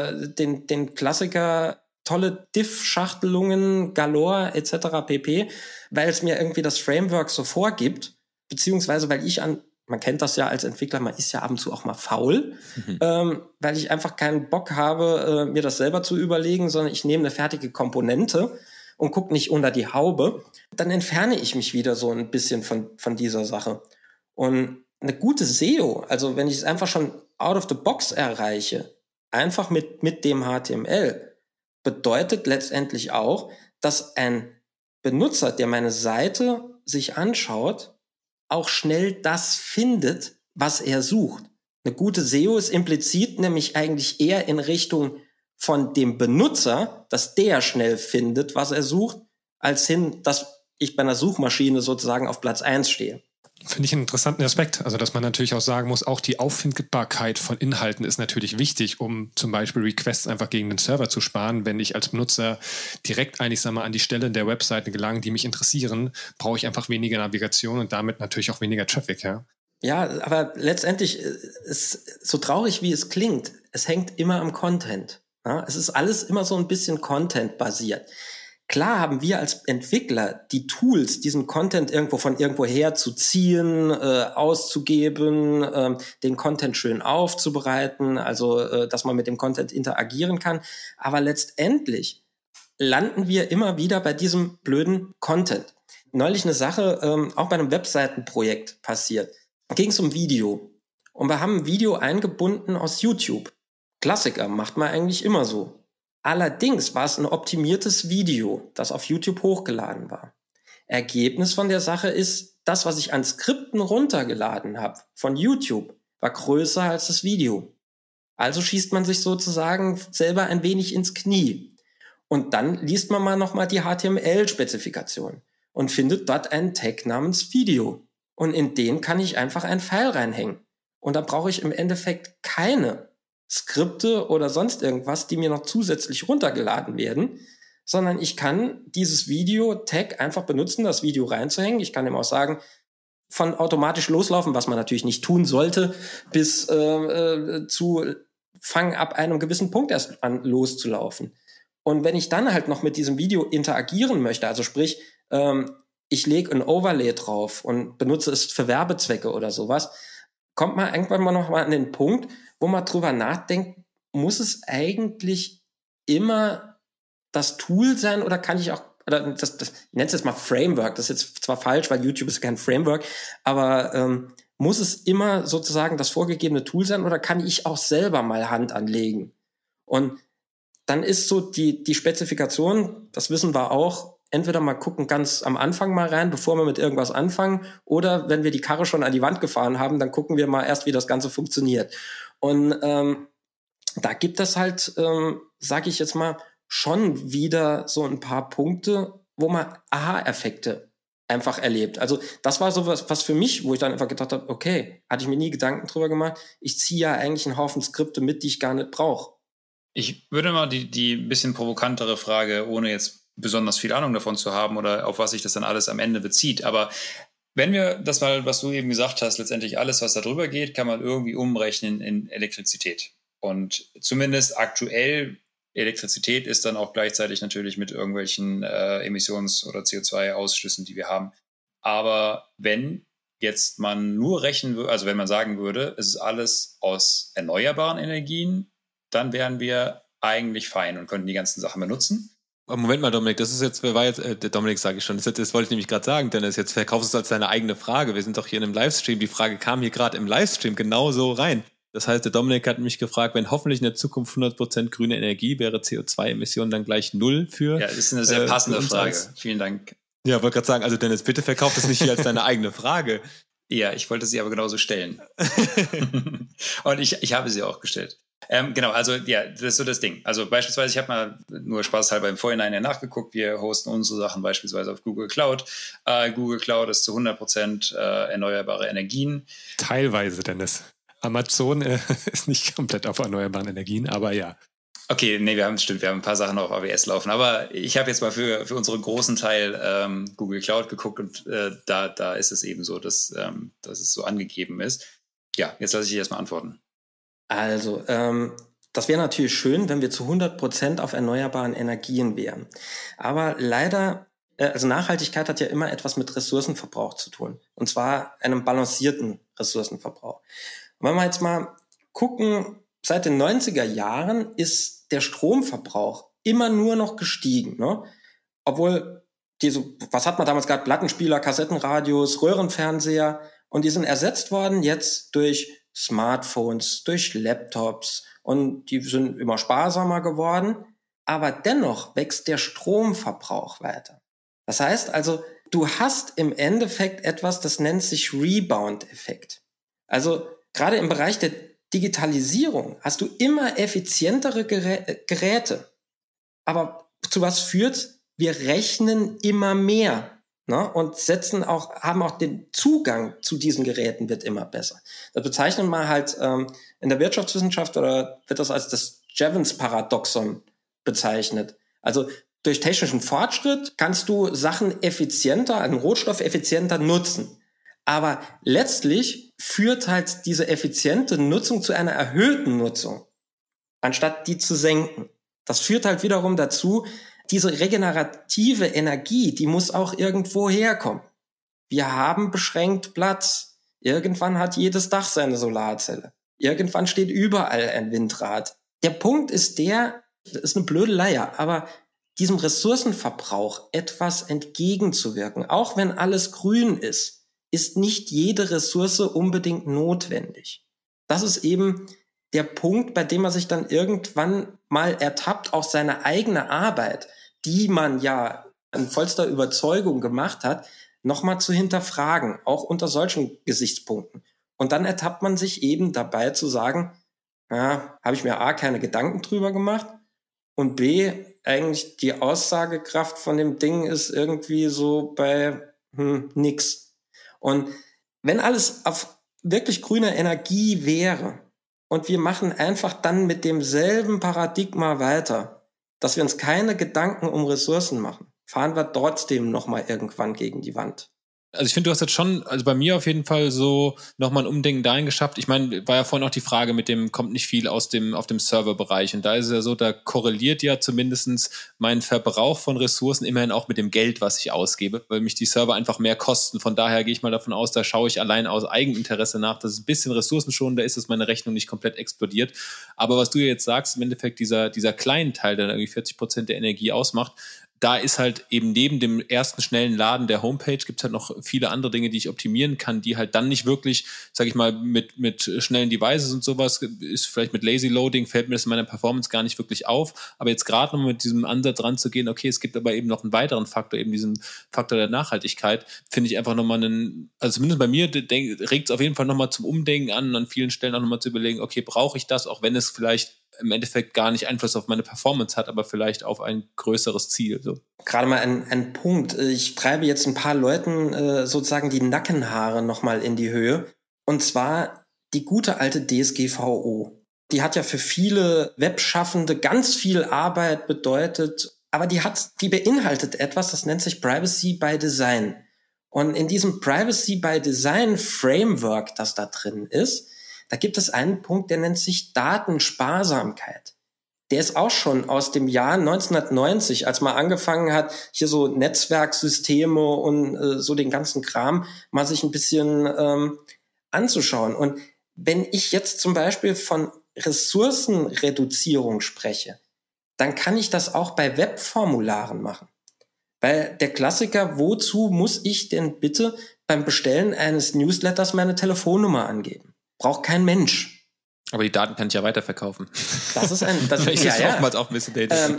den Klassiker tolle Diff-Schachtelungen, Galore etc. pp., weil es mir irgendwie das Framework so vorgibt, beziehungsweise weil man kennt das ja als Entwickler, man ist ja ab und zu auch mal faul, weil ich einfach keinen Bock habe, mir das selber zu überlegen, sondern ich nehme eine fertige Komponente und gucke nicht unter die Haube, dann entferne ich mich wieder so ein bisschen von dieser Sache. Und eine gute SEO, also wenn ich es einfach schon out of the box erreiche, einfach mit dem HTML, bedeutet letztendlich auch, dass ein Benutzer, der meine Seite sich anschaut, auch schnell das findet, was er sucht. Eine gute SEO ist implizit nämlich eigentlich eher in Richtung von dem Benutzer, dass der schnell findet, was er sucht, als hin, dass ich bei einer Suchmaschine sozusagen auf Platz 1 stehe. Finde ich einen interessanten Aspekt. Also, dass man natürlich auch sagen muss, auch die Auffindbarkeit von Inhalten ist natürlich wichtig, um zum Beispiel Requests einfach gegen den Server zu sparen. Wenn ich als Benutzer direkt eigentlich, an die Stelle der Webseiten gelange, die mich interessieren, brauche ich einfach weniger Navigation und damit natürlich auch weniger Traffic, ja. Ja, aber letztendlich ist so traurig, wie es klingt, es hängt immer am Content. Ja? Es ist alles immer so ein bisschen Content-basiert. Klar haben wir als Entwickler die Tools, diesen Content von irgendwo her zu ziehen, auszugeben, den Content schön aufzubereiten, also dass man mit dem Content interagieren kann. Aber letztendlich landen wir immer wieder bei diesem blöden Content. Neulich eine Sache, auch bei einem Webseitenprojekt passiert. Da ging es um Video. Und wir haben ein Video eingebunden aus YouTube. Klassiker, macht man eigentlich immer so. Allerdings war es ein optimiertes Video, das auf YouTube hochgeladen war. Ergebnis von der Sache ist, das, was ich an Skripten runtergeladen habe von YouTube, war größer als das Video. Also schießt man sich sozusagen selber ein wenig ins Knie. Und dann liest man mal nochmal die HTML-Spezifikation und findet dort einen Tag namens Video. Und in den kann ich einfach einen Pfeil reinhängen. Und da brauche ich im Endeffekt keine Skripte oder sonst irgendwas, die mir noch zusätzlich runtergeladen werden, sondern ich kann dieses Video-Tag einfach benutzen, das Video reinzuhängen. Ich kann ihm auch sagen, von automatisch loslaufen, was man natürlich nicht tun sollte, bis zu fangen ab einem gewissen Punkt erst an loszulaufen. Und wenn ich dann halt noch mit diesem Video interagieren möchte, also sprich, ich lege ein Overlay drauf und benutze es für Werbezwecke oder sowas, kommt man irgendwann mal noch mal an den Punkt, wo man drüber nachdenkt, muss es eigentlich immer das Tool sein oder kann ich auch oder ich nenne es jetzt mal Framework, das ist jetzt zwar falsch, weil YouTube ist kein Framework, aber muss es immer sozusagen das vorgegebene Tool sein oder kann ich auch selber mal Hand anlegen? Und dann ist so die Spezifikation, das wissen wir auch, entweder mal gucken ganz am Anfang mal rein, bevor wir mit irgendwas anfangen, oder wenn wir die Karre schon an die Wand gefahren haben, dann gucken wir mal erst, wie das Ganze funktioniert. Und da gibt es halt, sage ich jetzt mal, schon wieder so ein paar Punkte, wo man Aha-Effekte einfach erlebt. Also das war so was für mich, wo ich dann einfach gedacht habe, okay, hatte ich mir nie Gedanken drüber gemacht, ich ziehe ja eigentlich einen Haufen Skripte mit, die ich gar nicht brauche. Ich würde mal die bisschen provokantere Frage, ohne jetzt besonders viel Ahnung davon zu haben oder auf was sich das dann alles am Ende bezieht, aber wenn wir das mal, was du eben gesagt hast, letztendlich alles, was da drüber geht, kann man irgendwie umrechnen in Elektrizität. Und zumindest aktuell Elektrizität ist dann auch gleichzeitig natürlich mit irgendwelchen Emissions- oder CO2-Ausschlüssen, die wir haben. Aber wenn jetzt man nur rechnen würde, also wenn man sagen würde, es ist alles aus erneuerbaren Energien, dann wären wir eigentlich fein und könnten die ganzen Sachen benutzen. Moment mal, Dominik, das ist jetzt, Dominik sage ich schon, das wollte ich nämlich gerade sagen, Dennis, jetzt verkaufst du es als deine eigene Frage. Wir sind doch hier in einem Livestream, die Frage kam hier gerade im Livestream genau so rein. Das heißt, der Dominik hat mich gefragt, wenn hoffentlich in der Zukunft 100% grüne Energie wäre, CO2-Emissionen dann gleich 0 für... Ja, das ist eine sehr passende Frage. Vielen Dank. Ja, wollte gerade sagen, also Dennis, bitte verkauf das nicht hier als deine eigene Frage. Ja, ich wollte sie aber genauso stellen. Und ich habe sie auch gestellt. Genau, also ja, das ist so das Ding. Also beispielsweise, ich habe mal nur spaßhalber im Vorhinein ja nachgeguckt, wir hosten unsere Sachen beispielsweise auf Google Cloud. Google Cloud ist zu 100% erneuerbare Energien. Teilweise, Dennis. Amazon ist nicht komplett auf erneuerbaren Energien, aber ja. Okay, nee, wir haben ein paar Sachen auf AWS laufen, aber ich habe jetzt mal für unseren großen Teil Google Cloud geguckt und da ist es eben so, dass es so angegeben ist. Ja, jetzt lasse ich dich erstmal antworten. Also, das wäre natürlich schön, wenn wir zu 100% auf erneuerbaren Energien wären. Aber leider, also Nachhaltigkeit hat ja immer etwas mit Ressourcenverbrauch zu tun. Und zwar einem balancierten Ressourcenverbrauch. Und wenn wir jetzt mal gucken, seit den 90er Jahren ist der Stromverbrauch immer nur noch gestiegen, ne? Obwohl was hat man damals gehabt? Plattenspieler, Kassettenradios, Röhrenfernseher, und die sind ersetzt worden jetzt durch Smartphones, durch Laptops, und die sind immer sparsamer geworden, aber dennoch wächst der Stromverbrauch weiter. Das heißt also, du hast im Endeffekt etwas, das nennt sich Rebound-Effekt. Also gerade im Bereich der Digitalisierung hast du immer effizientere Geräte. Aber zu was führt? Wir rechnen immer mehr, ne? Und haben auch den Zugang zu diesen Geräten wird immer besser. Das bezeichnet man halt in der Wirtschaftswissenschaft, oder wird das als das Jevons-Paradoxon bezeichnet. Also durch technischen Fortschritt kannst du Sachen effizienter, einen Rohstoff effizienter nutzen. Aber letztlich führt halt diese effiziente Nutzung zu einer erhöhten Nutzung, anstatt die zu senken. Das führt halt wiederum dazu, diese regenerative Energie, die muss auch irgendwo herkommen. Wir haben beschränkt Platz. Irgendwann hat jedes Dach seine Solarzelle. Irgendwann steht überall ein Windrad. Der Punkt ist das ist eine blöde Leier, aber diesem Ressourcenverbrauch etwas entgegenzuwirken, auch wenn alles grün ist nicht jede Ressource unbedingt notwendig. Das ist eben der Punkt, bei dem man sich dann irgendwann mal ertappt, auch seine eigene Arbeit, die man ja in vollster Überzeugung gemacht hat, nochmal zu hinterfragen, auch unter solchen Gesichtspunkten. Und dann ertappt man sich eben dabei zu sagen, ja, habe ich mir A, keine Gedanken drüber gemacht, und B, eigentlich die Aussagekraft von dem Ding ist irgendwie so bei nix. Und wenn alles auf wirklich grüner Energie wäre und wir machen einfach dann mit demselben Paradigma weiter, dass wir uns keine Gedanken um Ressourcen machen, fahren wir trotzdem nochmal irgendwann gegen die Wand. Also ich finde, du hast jetzt schon, also bei mir auf jeden Fall so nochmal ein Umdenken dahin geschafft. Ich meine, war ja vorhin auch die Frage mit dem, kommt nicht viel auf dem Serverbereich. Und da ist es ja so, da korreliert ja zumindest mein Verbrauch von Ressourcen immerhin auch mit dem Geld, was ich ausgebe, weil mich die Server einfach mehr kosten. Von daher gehe ich mal davon aus, da schaue ich allein aus Eigeninteresse nach, dass es ein bisschen ressourcenschonender ist, dass meine Rechnung nicht komplett explodiert. Aber was du jetzt sagst, im Endeffekt dieser kleine Teil, der irgendwie 40% der Energie ausmacht, da ist halt eben neben dem ersten schnellen Laden der Homepage gibt es halt noch viele andere Dinge, die ich optimieren kann, die halt dann nicht wirklich, sage ich mal, mit schnellen Devices und sowas, ist vielleicht mit Lazy Loading, fällt mir das in meiner Performance gar nicht wirklich auf. Aber jetzt gerade noch mit diesem Ansatz ranzugehen, okay, es gibt aber eben noch einen weiteren Faktor, eben diesen Faktor der Nachhaltigkeit, finde ich einfach nochmal also zumindest bei mir regt es auf jeden Fall nochmal zum Umdenken an vielen Stellen auch nochmal zu überlegen, okay, brauche ich das, auch wenn es vielleicht im Endeffekt gar nicht Einfluss auf meine Performance hat, aber vielleicht auf ein größeres Ziel. So. Gerade mal ein Punkt. Ich treibe jetzt ein paar Leuten sozusagen die Nackenhaare nochmal in die Höhe. Und zwar die gute alte DSGVO. Die hat ja für viele Webschaffende ganz viel Arbeit bedeutet, aber die beinhaltet etwas, das nennt sich Privacy by Design. Und in diesem Privacy by Design Framework, das da drin ist, da gibt es einen Punkt, der nennt sich Datensparsamkeit. Der ist auch schon aus dem Jahr 1990, als man angefangen hat, hier so Netzwerksysteme und so den ganzen Kram mal sich ein bisschen anzuschauen. Und wenn ich jetzt zum Beispiel von Ressourcenreduzierung spreche, dann kann ich das auch bei Webformularen machen. Weil der Klassiker, wozu muss ich denn bitte beim Bestellen eines Newsletters meine Telefonnummer angeben? Braucht kein Mensch. Aber die Daten kann ich ja weiterverkaufen. Das ist oftmals auch ein bisschen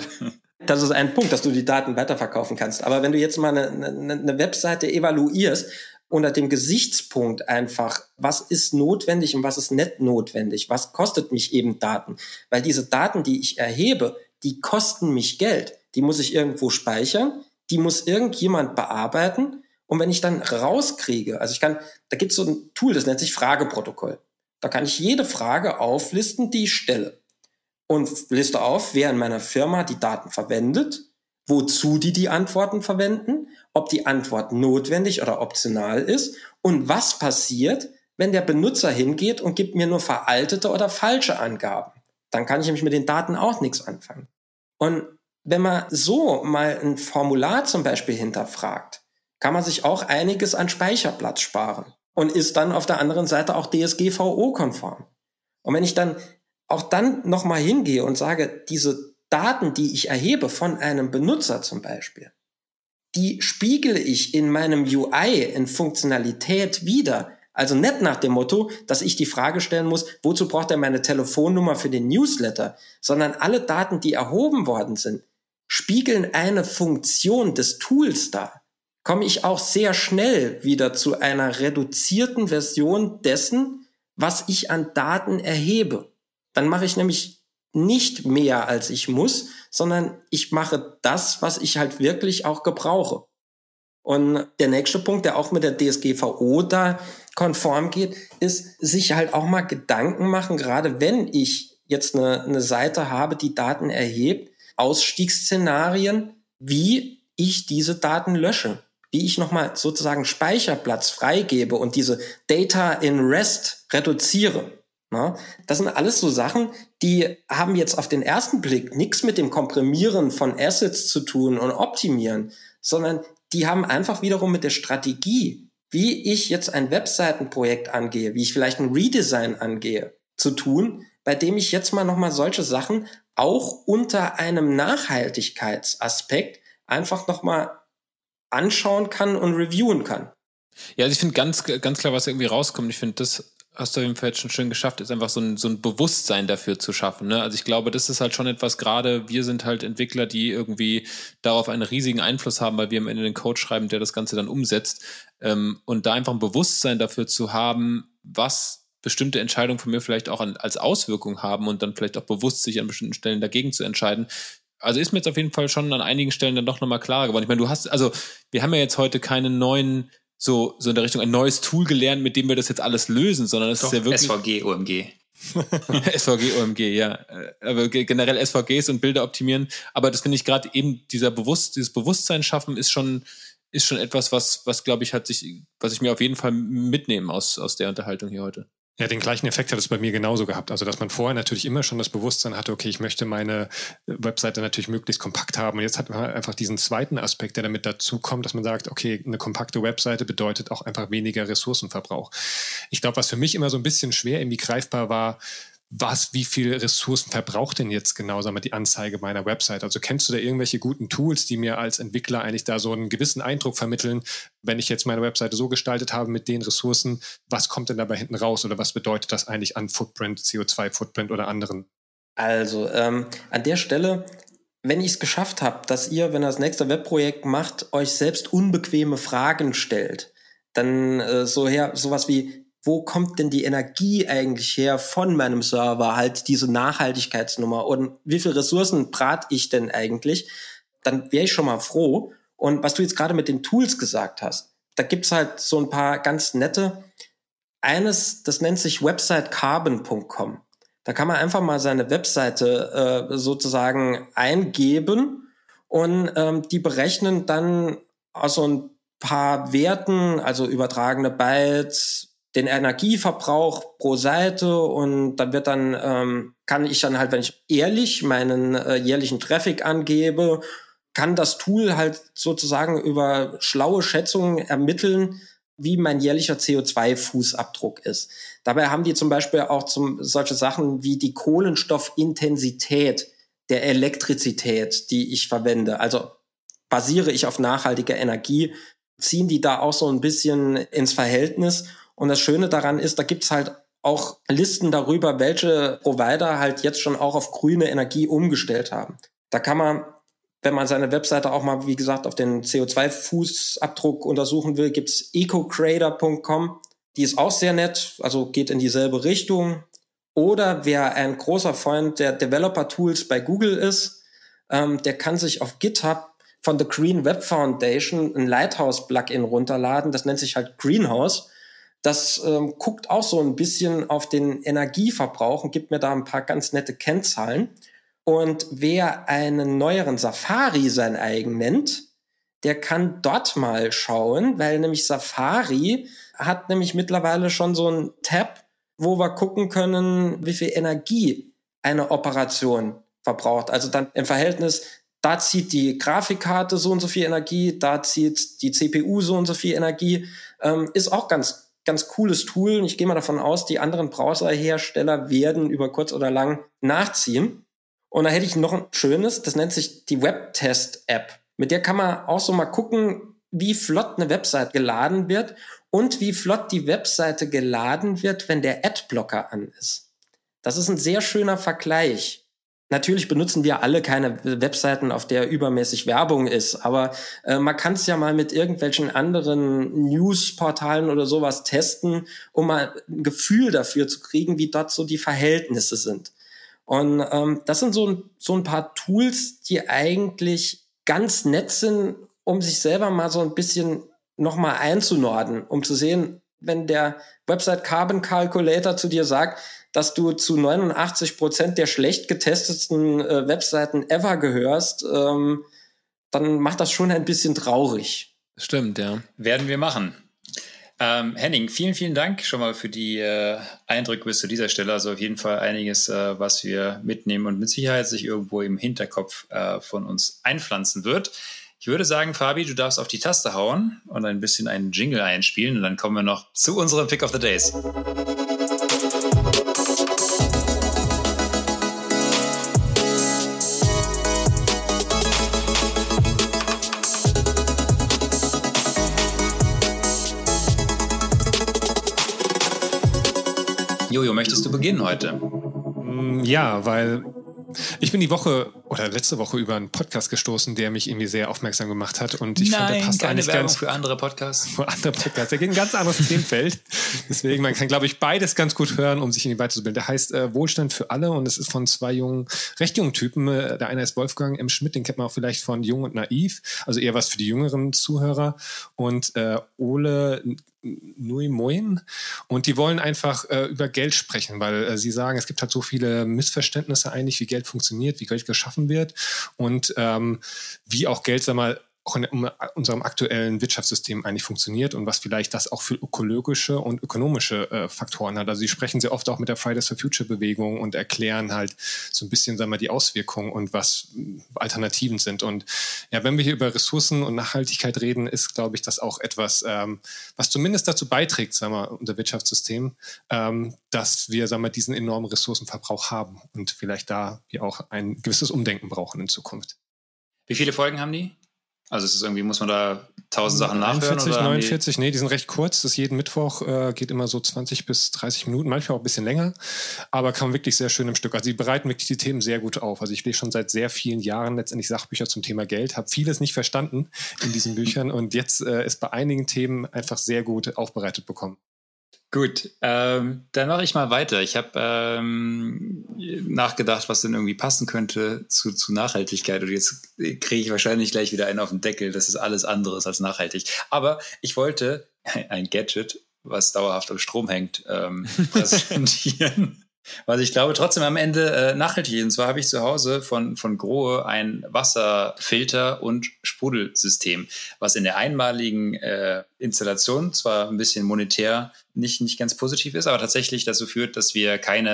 das ist ein Punkt, dass du die Daten weiterverkaufen kannst. Aber wenn du jetzt mal eine Webseite evaluierst unter dem Gesichtspunkt einfach, was ist notwendig und was ist nicht notwendig, was kostet mich eben Daten? Weil diese Daten, die ich erhebe, die kosten mich Geld. Die muss ich irgendwo speichern, die muss irgendjemand bearbeiten. Und wenn ich dann rauskriege, da gibt es so ein Tool, das nennt sich Frageprotokoll. Da kann ich jede Frage auflisten, die ich stelle. Und liste auf, wer in meiner Firma die Daten verwendet, wozu die Antworten verwenden, ob die Antwort notwendig oder optional ist und was passiert, wenn der Benutzer hingeht und gibt mir nur veraltete oder falsche Angaben. Dann kann ich nämlich mit den Daten auch nichts anfangen. Und wenn man so mal ein Formular zum Beispiel hinterfragt, kann man sich auch einiges an Speicherplatz sparen und ist dann auf der anderen Seite auch DSGVO-konform. Und wenn ich dann auch dann nochmal hingehe und sage, diese Daten, die ich erhebe von einem Benutzer zum Beispiel, die spiegele ich in meinem UI in Funktionalität wieder. Also nicht nach dem Motto, dass ich die Frage stellen muss, wozu braucht er meine Telefonnummer für den Newsletter, sondern alle Daten, die erhoben worden sind, spiegeln eine Funktion des Tools dar. Komme ich auch sehr schnell wieder zu einer reduzierten Version dessen, was ich an Daten erhebe. Dann mache ich nämlich nicht mehr, als ich muss, sondern ich mache das, was ich halt wirklich auch gebrauche. Und der nächste Punkt, der auch mit der DSGVO da konform geht, ist sich halt auch mal Gedanken machen, gerade wenn ich jetzt eine Seite habe, die Daten erhebt, Ausstiegsszenarien, wie ich diese Daten lösche, wie ich nochmal sozusagen Speicherplatz freigebe und diese Data in Rest reduziere. Na, das sind alles so Sachen, die haben jetzt auf den ersten Blick nichts mit dem Komprimieren von Assets zu tun und Optimieren, sondern die haben einfach wiederum mit der Strategie, wie ich jetzt ein Webseitenprojekt angehe, wie ich vielleicht ein Redesign angehe, zu tun, bei dem ich jetzt mal nochmal solche Sachen auch unter einem Nachhaltigkeitsaspekt einfach nochmal anschauen kann und reviewen kann. Ja, also ich finde ganz klar, was irgendwie rauskommt. Ich finde, das hast du auf jeden Fall jetzt schon schön geschafft, ist einfach so ein Bewusstsein dafür zu schaffen. Ne? Also ich glaube, das ist halt schon etwas, gerade wir sind halt Entwickler, die irgendwie darauf einen riesigen Einfluss haben, weil wir am Ende den Code schreiben, der das Ganze dann umsetzt. Und da einfach ein Bewusstsein dafür zu haben, was bestimmte Entscheidungen von mir vielleicht auch als Auswirkung haben und dann vielleicht auch bewusst sich an bestimmten Stellen dagegen zu entscheiden. Also ist mir jetzt auf jeden Fall schon an einigen Stellen dann doch nochmal klarer geworden. Ich meine, wir haben ja jetzt heute keinen neuen so in der Richtung ein neues Tool gelernt, mit dem wir das jetzt alles lösen, sondern es ist ja wirklich... SVG, OMG. SVG, OMG, ja. Aber generell SVGs und Bilder optimieren. Aber das finde ich gerade eben, dieses Bewusstsein schaffen ist schon etwas, was glaube ich, was ich mir auf jeden Fall mitnehme aus der Unterhaltung hier heute. Ja, den gleichen Effekt hat es bei mir genauso gehabt. Also, dass man vorher natürlich immer schon das Bewusstsein hatte, okay, ich möchte meine Webseite natürlich möglichst kompakt haben. Und jetzt hat man einfach diesen zweiten Aspekt, der damit dazu kommt, dass man sagt, okay, eine kompakte Webseite bedeutet auch einfach weniger Ressourcenverbrauch. Ich glaube, was für mich immer so ein bisschen schwer irgendwie greifbar war, wie viel Ressourcen verbraucht denn jetzt genau, sagen wir, die Anzeige meiner Website? Also kennst du da irgendwelche guten Tools, die mir als Entwickler eigentlich da so einen gewissen Eindruck vermitteln, wenn ich jetzt meine Webseite so gestaltet habe mit den Ressourcen, was kommt denn dabei hinten raus oder was bedeutet das eigentlich an Footprint, CO2-Footprint oder anderen? Also an der Stelle, wenn ich es geschafft habe, dass ihr, wenn ihr das nächste Webprojekt macht, euch selbst unbequeme Fragen stellt, dann sowas wie, wo kommt denn die Energie eigentlich her von meinem Server, halt diese Nachhaltigkeitsnummer und wie viele Ressourcen brate ich denn eigentlich, dann wäre ich schon mal froh. Und was du jetzt gerade mit den Tools gesagt hast, da gibt's halt so ein paar ganz nette. Eines, das nennt sich websitecarbon.com. Da kann man einfach mal seine Webseite sozusagen eingeben und die berechnen dann aus so ein paar Werten, also übertragene Bytes, den Energieverbrauch pro Seite und dann kann ich dann halt, wenn ich ehrlich meinen jährlichen Traffic angebe, kann das Tool halt sozusagen über schlaue Schätzungen ermitteln, wie mein jährlicher CO2-Fußabdruck ist. Dabei haben die zum Beispiel auch solche Sachen wie die Kohlenstoffintensität der Elektrizität, die ich verwende. Also basiere ich auf nachhaltiger Energie, ziehen die da auch so ein bisschen ins Verhältnis. Und das Schöne daran ist, da gibt's halt auch Listen darüber, welche Provider halt jetzt schon auch auf grüne Energie umgestellt haben. Da kann man, wenn man seine Webseite auch mal, wie gesagt, auf den CO2-Fußabdruck untersuchen will, gibt's ecocrater.com. Die ist auch sehr nett, also geht in dieselbe Richtung. Oder wer ein großer Freund der Developer-Tools bei Google ist, der kann sich auf GitHub von The Green Web Foundation ein Lighthouse-Plugin runterladen. Das nennt sich halt Greenhouse. Das guckt auch so ein bisschen auf den Energieverbrauch und gibt mir da ein paar ganz nette Kennzahlen. Und wer einen neueren Safari sein eigen nennt, der kann dort mal schauen, weil nämlich Safari hat nämlich mittlerweile schon so einen Tab, wo wir gucken können, wie viel Energie eine Operation verbraucht. Also dann im Verhältnis, da zieht die Grafikkarte so und so viel Energie, da zieht die CPU so und so viel Energie. Ist auch ganz cooles Tool. Ich gehe mal davon aus, die anderen Browserhersteller werden über kurz oder lang nachziehen. Und da hätte ich noch ein schönes, das nennt sich die Webtest-App. Mit der kann man auch so mal gucken, wie flott eine Website geladen wird und wie flott die Webseite geladen wird, wenn der Adblocker an ist. Das ist ein sehr schöner Vergleich. Natürlich benutzen wir alle keine Webseiten, auf der übermäßig Werbung ist, aber man kann es ja mal mit irgendwelchen anderen Newsportalen oder sowas testen, um mal ein Gefühl dafür zu kriegen, wie dort so die Verhältnisse sind. Und das sind so ein paar Tools, die eigentlich ganz nett sind, um sich selber mal so ein bisschen nochmal einzunorden, um zu sehen, wenn der Website Carbon Calculator zu dir sagt, dass du zu 89% der schlecht getestetsten Webseiten ever gehörst, dann macht das schon ein bisschen traurig. Stimmt, ja. Werden wir machen. Henning, vielen, vielen Dank schon mal für die Eindrücke bis zu dieser Stelle. Also auf jeden Fall einiges, was wir mitnehmen und mit Sicherheit sich irgendwo im Hinterkopf von uns einpflanzen wird. Ich würde sagen, Fabi, du darfst auf die Taste hauen und ein bisschen einen Jingle einspielen und dann kommen wir noch zu unserem Pick of the Days. Jojo, möchtest du beginnen heute? Ja, weil ich bin die Woche oder letzte Woche über einen Podcast gestoßen, der mich irgendwie sehr aufmerksam gemacht hat. Und ich fand, der passt keine eigentlich Werbung ganz für andere Podcasts. Für andere Podcasts. Der geht ein ganz anderes Themenfeld. Deswegen, man kann, glaube ich, beides ganz gut hören, um sich in die weiterzubilden. Der heißt Wohlstand für alle und es ist von zwei recht jungen Typen. Der eine ist Wolfgang M. Schmidt, den kennt man auch vielleicht von Jung und Naiv, also eher was für die jüngeren Zuhörer. Und Ole Nui Moin. Und die wollen einfach über Geld sprechen, weil sie sagen, es gibt halt so viele Missverständnisse eigentlich, wie Geld funktioniert, wie Geld geschaffen wird und wie auch Geld, sag mal, auch in unserem aktuellen Wirtschaftssystem eigentlich funktioniert und was vielleicht das auch für ökologische und ökonomische Faktoren hat. Also sie sprechen sehr oft auch mit der Fridays for Future Bewegung und erklären halt so ein bisschen, sagen wir, die Auswirkungen und was Alternativen sind. Und ja, wenn wir hier über Ressourcen und Nachhaltigkeit reden, ist, glaube ich, das auch etwas, was zumindest dazu beiträgt, sagen wir, unser Wirtschaftssystem, dass wir, sagen wir, diesen enormen Ressourcenverbrauch haben und vielleicht da wir auch ein gewisses Umdenken brauchen in Zukunft. Wie viele Folgen haben die? Also es ist irgendwie, muss man da 1000 Sachen nachhören? 41, 49, nee, die sind recht kurz. Das ist jeden Mittwoch, geht immer so 20 bis 30 Minuten, manchmal auch ein bisschen länger, aber kann wirklich sehr schön im Stück. Also die bereiten wirklich die Themen sehr gut auf. Also ich lese schon seit sehr vielen Jahren letztendlich Sachbücher zum Thema Geld, habe vieles nicht verstanden in diesen Büchern und jetzt ist bei einigen Themen einfach sehr gut aufbereitet bekommen. Gut, dann mache ich mal weiter. Ich habe nachgedacht, was denn irgendwie passen könnte zu Nachhaltigkeit. Und jetzt kriege ich wahrscheinlich gleich wieder einen auf den Deckel. Das ist alles anderes als nachhaltig. Aber ich wollte ein Gadget, was dauerhaft am Strom hängt, präsentieren. Was ich glaube trotzdem am Ende nachhaltig ist. Und zwar habe ich zu Hause von Grohe ein Wasserfilter- und Sprudelsystem, was in der einmaligen Installation zwar ein bisschen monetär nicht ganz positiv ist, aber tatsächlich dazu führt, dass wir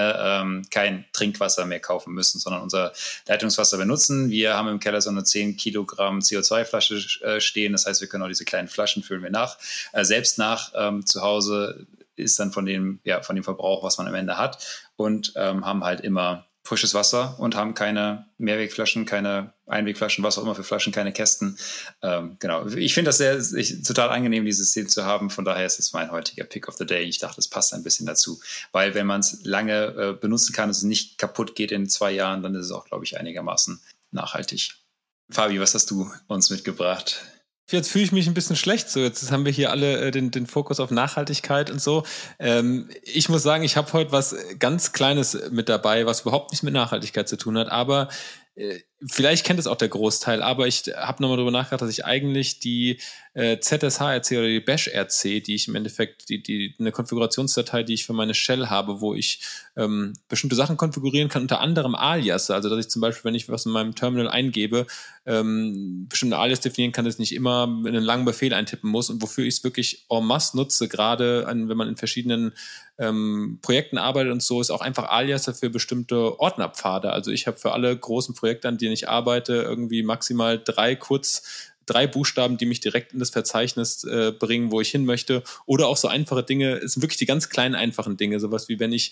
kein Trinkwasser mehr kaufen müssen, sondern unser Leitungswasser benutzen. Wir haben im Keller so eine 10 Kilogramm CO2-Flasche stehen. Das heißt, wir können auch diese kleinen Flaschen füllen wir nach. Selbst nach zu Hause ist dann von dem Verbrauch, was man am Ende hat und haben halt immer frisches Wasser und haben keine Mehrwegflaschen, keine Einwegflaschen, was auch immer für Flaschen, keine Kästen. Genau. Ich finde das total angenehm, dieses System zu haben. Von daher ist es mein heutiger Pick of the Day. Ich dachte, es passt ein bisschen dazu. Weil wenn man es lange benutzen kann, dass es nicht kaputt geht in 2 Jahren, dann ist es auch, glaube ich, einigermaßen nachhaltig. Fabi, was hast du uns mitgebracht? Jetzt fühle ich mich ein bisschen schlecht. So, jetzt haben wir hier alle den Fokus auf Nachhaltigkeit und so. Ich muss sagen, ich habe heute was ganz Kleines mit dabei, was überhaupt nichts mit Nachhaltigkeit zu tun hat. Aber vielleicht kennt es auch der Großteil. Aber ich habe nochmal darüber nachgedacht, dass ich eigentlich die ZSH-RC oder die Bash-RC, die ich im Endeffekt, eine Konfigurationsdatei, die ich für meine Shell habe, wo ich bestimmte Sachen konfigurieren kann, unter anderem Alias. Also, dass ich zum Beispiel, wenn ich was in meinem Terminal eingebe, bestimmte Alias definieren kann, dass ich nicht immer einen langen Befehl eintippen muss und wofür ich es wirklich en masse nutze, gerade wenn man in verschiedenen Projekten arbeitet und so, ist auch einfach Alias für bestimmte Ordnerpfade. Also ich habe für alle großen Projekte, an denen ich arbeite, irgendwie maximal 3 Buchstaben, die mich direkt in das Verzeichnis bringen, wo ich hin möchte. Oder auch so einfache Dinge, es sind wirklich die ganz kleinen, einfachen Dinge. Sowas wie wenn ich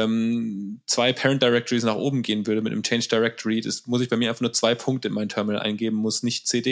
2 Parent Directories nach oben gehen würde mit einem Change Directory, das muss ich bei mir einfach nur 2 Punkte in mein Terminal eingeben, muss nicht CD, ..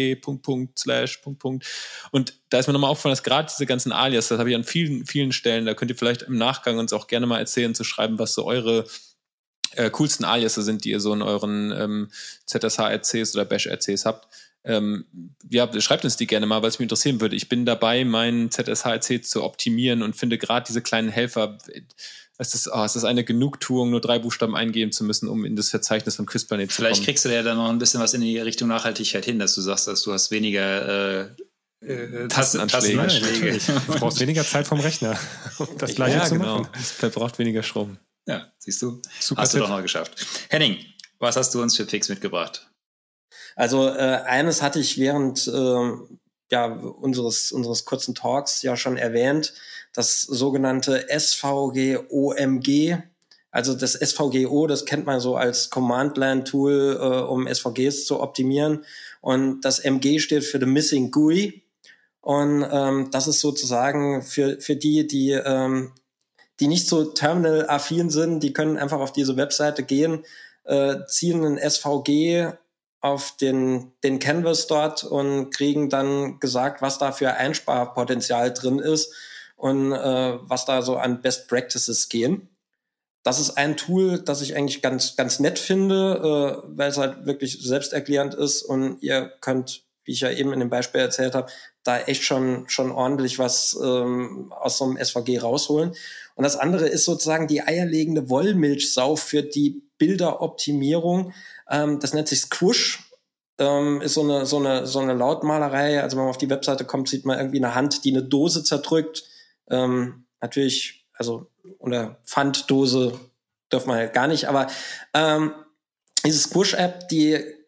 Und da ist mir nochmal aufgefallen, dass gerade diese ganzen Alias, das habe ich an vielen, vielen Stellen, da könnt ihr vielleicht im Nachgang uns auch gerne mal erzählen, zu schreiben, was so eure coolsten Aliases sind, die ihr so in euren ZSH-RCs oder Bash-RCs habt. Schreibt uns die gerne mal, weil es mich interessieren würde. Ich bin dabei, meinen ZSH-RC zu optimieren und finde gerade diese kleinen Helfer, es ist eine Genugtuung, nur 3 Buchstaben eingeben zu müssen, um in das Verzeichnis von Quizplanet zu kommen. Vielleicht kriegst du ja dann noch ein bisschen was in die Richtung Nachhaltigkeit hin, dass du sagst, dass du hast weniger Tastenanschläge. Ja, du brauchst weniger Zeit vom Rechner, um das Gleiche zu machen. Es verbraucht weniger Strom. Ja, siehst du? Super hast du doch noch geschafft. Henning, was hast du uns für Picks mitgebracht? Also eines hatte ich während unseres kurzen Talks ja schon erwähnt, das sogenannte SVG-OMG. Also das SVGO, das kennt man so als Command-Line-Tool, um SVGs zu optimieren. Und das MG steht für The Missing GUI. Und das ist sozusagen für die nicht so terminal-affin sind, die können einfach auf diese Webseite gehen, ziehen ein SVG auf den Canvas dort und kriegen dann gesagt, was da für Einsparpotenzial drin ist und was da so an Best Practices gehen. Das ist ein Tool, das ich eigentlich ganz, ganz nett finde, weil es halt wirklich selbsterklärend ist und ihr könnt, wie ich ja eben in dem Beispiel erzählt habe, da echt schon ordentlich was aus so einem SVG rausholen. Und das andere ist sozusagen die eierlegende Wollmilchsau für die Bilderoptimierung. Das nennt sich Squoosh. Ist so eine Lautmalerei. Also wenn man auf die Webseite kommt, sieht man irgendwie eine Hand, die eine Dose zerdrückt. Natürlich, also oder Pfanddose dürfen wir halt gar nicht. Aber diese Squoosh-App, die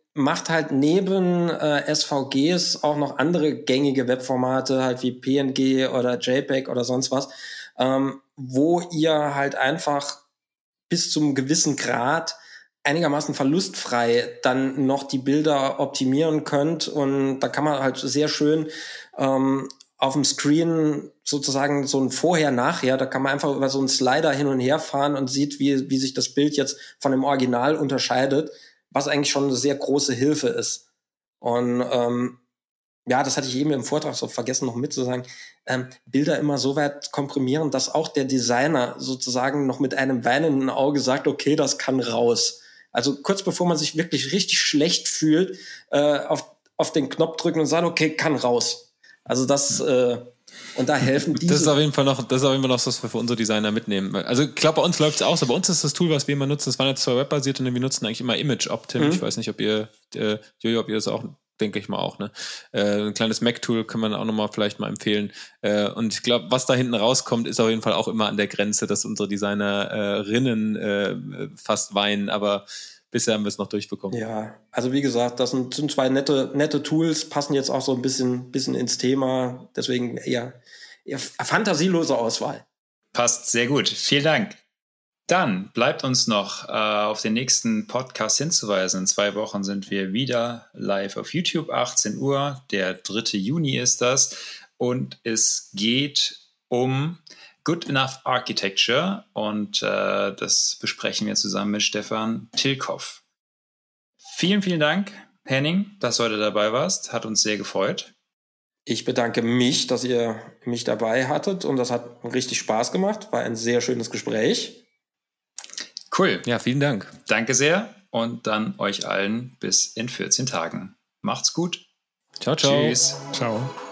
macht halt neben SVGs auch noch andere gängige Webformate, halt wie PNG oder JPEG oder sonst was, wo ihr halt einfach bis zum gewissen Grad einigermaßen verlustfrei dann noch die Bilder optimieren könnt. Und da kann man halt sehr schön auf dem Screen sozusagen so ein Vorher-Nachher, da kann man einfach über so einen Slider hin und her fahren und sieht, wie sich das Bild jetzt von dem Original unterscheidet, was eigentlich schon eine sehr große Hilfe ist. Und ja, das hatte ich eben im Vortrag so vergessen noch mitzusagen, Bilder immer so weit komprimieren, dass auch der Designer sozusagen noch mit einem weinenden Auge sagt, okay, das kann raus. Also kurz bevor man sich wirklich richtig schlecht fühlt, auf den Knopf drücken und sagen, okay, kann raus. Also das, und da helfen diese. Das ist auf jeden Fall noch das, was wir für unsere Designer mitnehmen. Also ich glaube, bei uns läuft es auch so. Bei uns ist das Tool, was wir immer nutzen, das waren jetzt zwar webbasiert und wir nutzen eigentlich immer ImageOptim. Ich weiß nicht, ob ihr, Jojo, ob ihr das auch, denke ich mal auch, ne? Ein kleines Mac-Tool kann man auch nochmal vielleicht mal empfehlen. Und ich glaube, was da hinten rauskommt, ist auf jeden Fall auch immer an der Grenze, dass unsere Designerinnen fast weinen, aber bisher haben wir es noch durchbekommen. Ja, also wie gesagt, das sind zwei nette Tools, passen jetzt auch so ein bisschen ins Thema. Deswegen eher fantasielose Auswahl. Passt sehr gut. Vielen Dank. Dann bleibt uns noch auf den nächsten Podcast hinzuweisen. In 2 Wochen sind wir wieder live auf YouTube, 18 Uhr. Der 3. Juni ist das. Und es geht um Good Enough Architecture und das besprechen wir zusammen mit Stefan Tilkoff. Vielen, vielen Dank, Henning, dass du heute dabei warst. Hat uns sehr gefreut. Ich bedanke mich, dass ihr mich dabei hattet und das hat richtig Spaß gemacht. War ein sehr schönes Gespräch. Cool. Ja, vielen Dank. Danke sehr und dann euch allen bis in 14 Tagen. Macht's gut. Ciao, ciao. Tschüss. Ciao.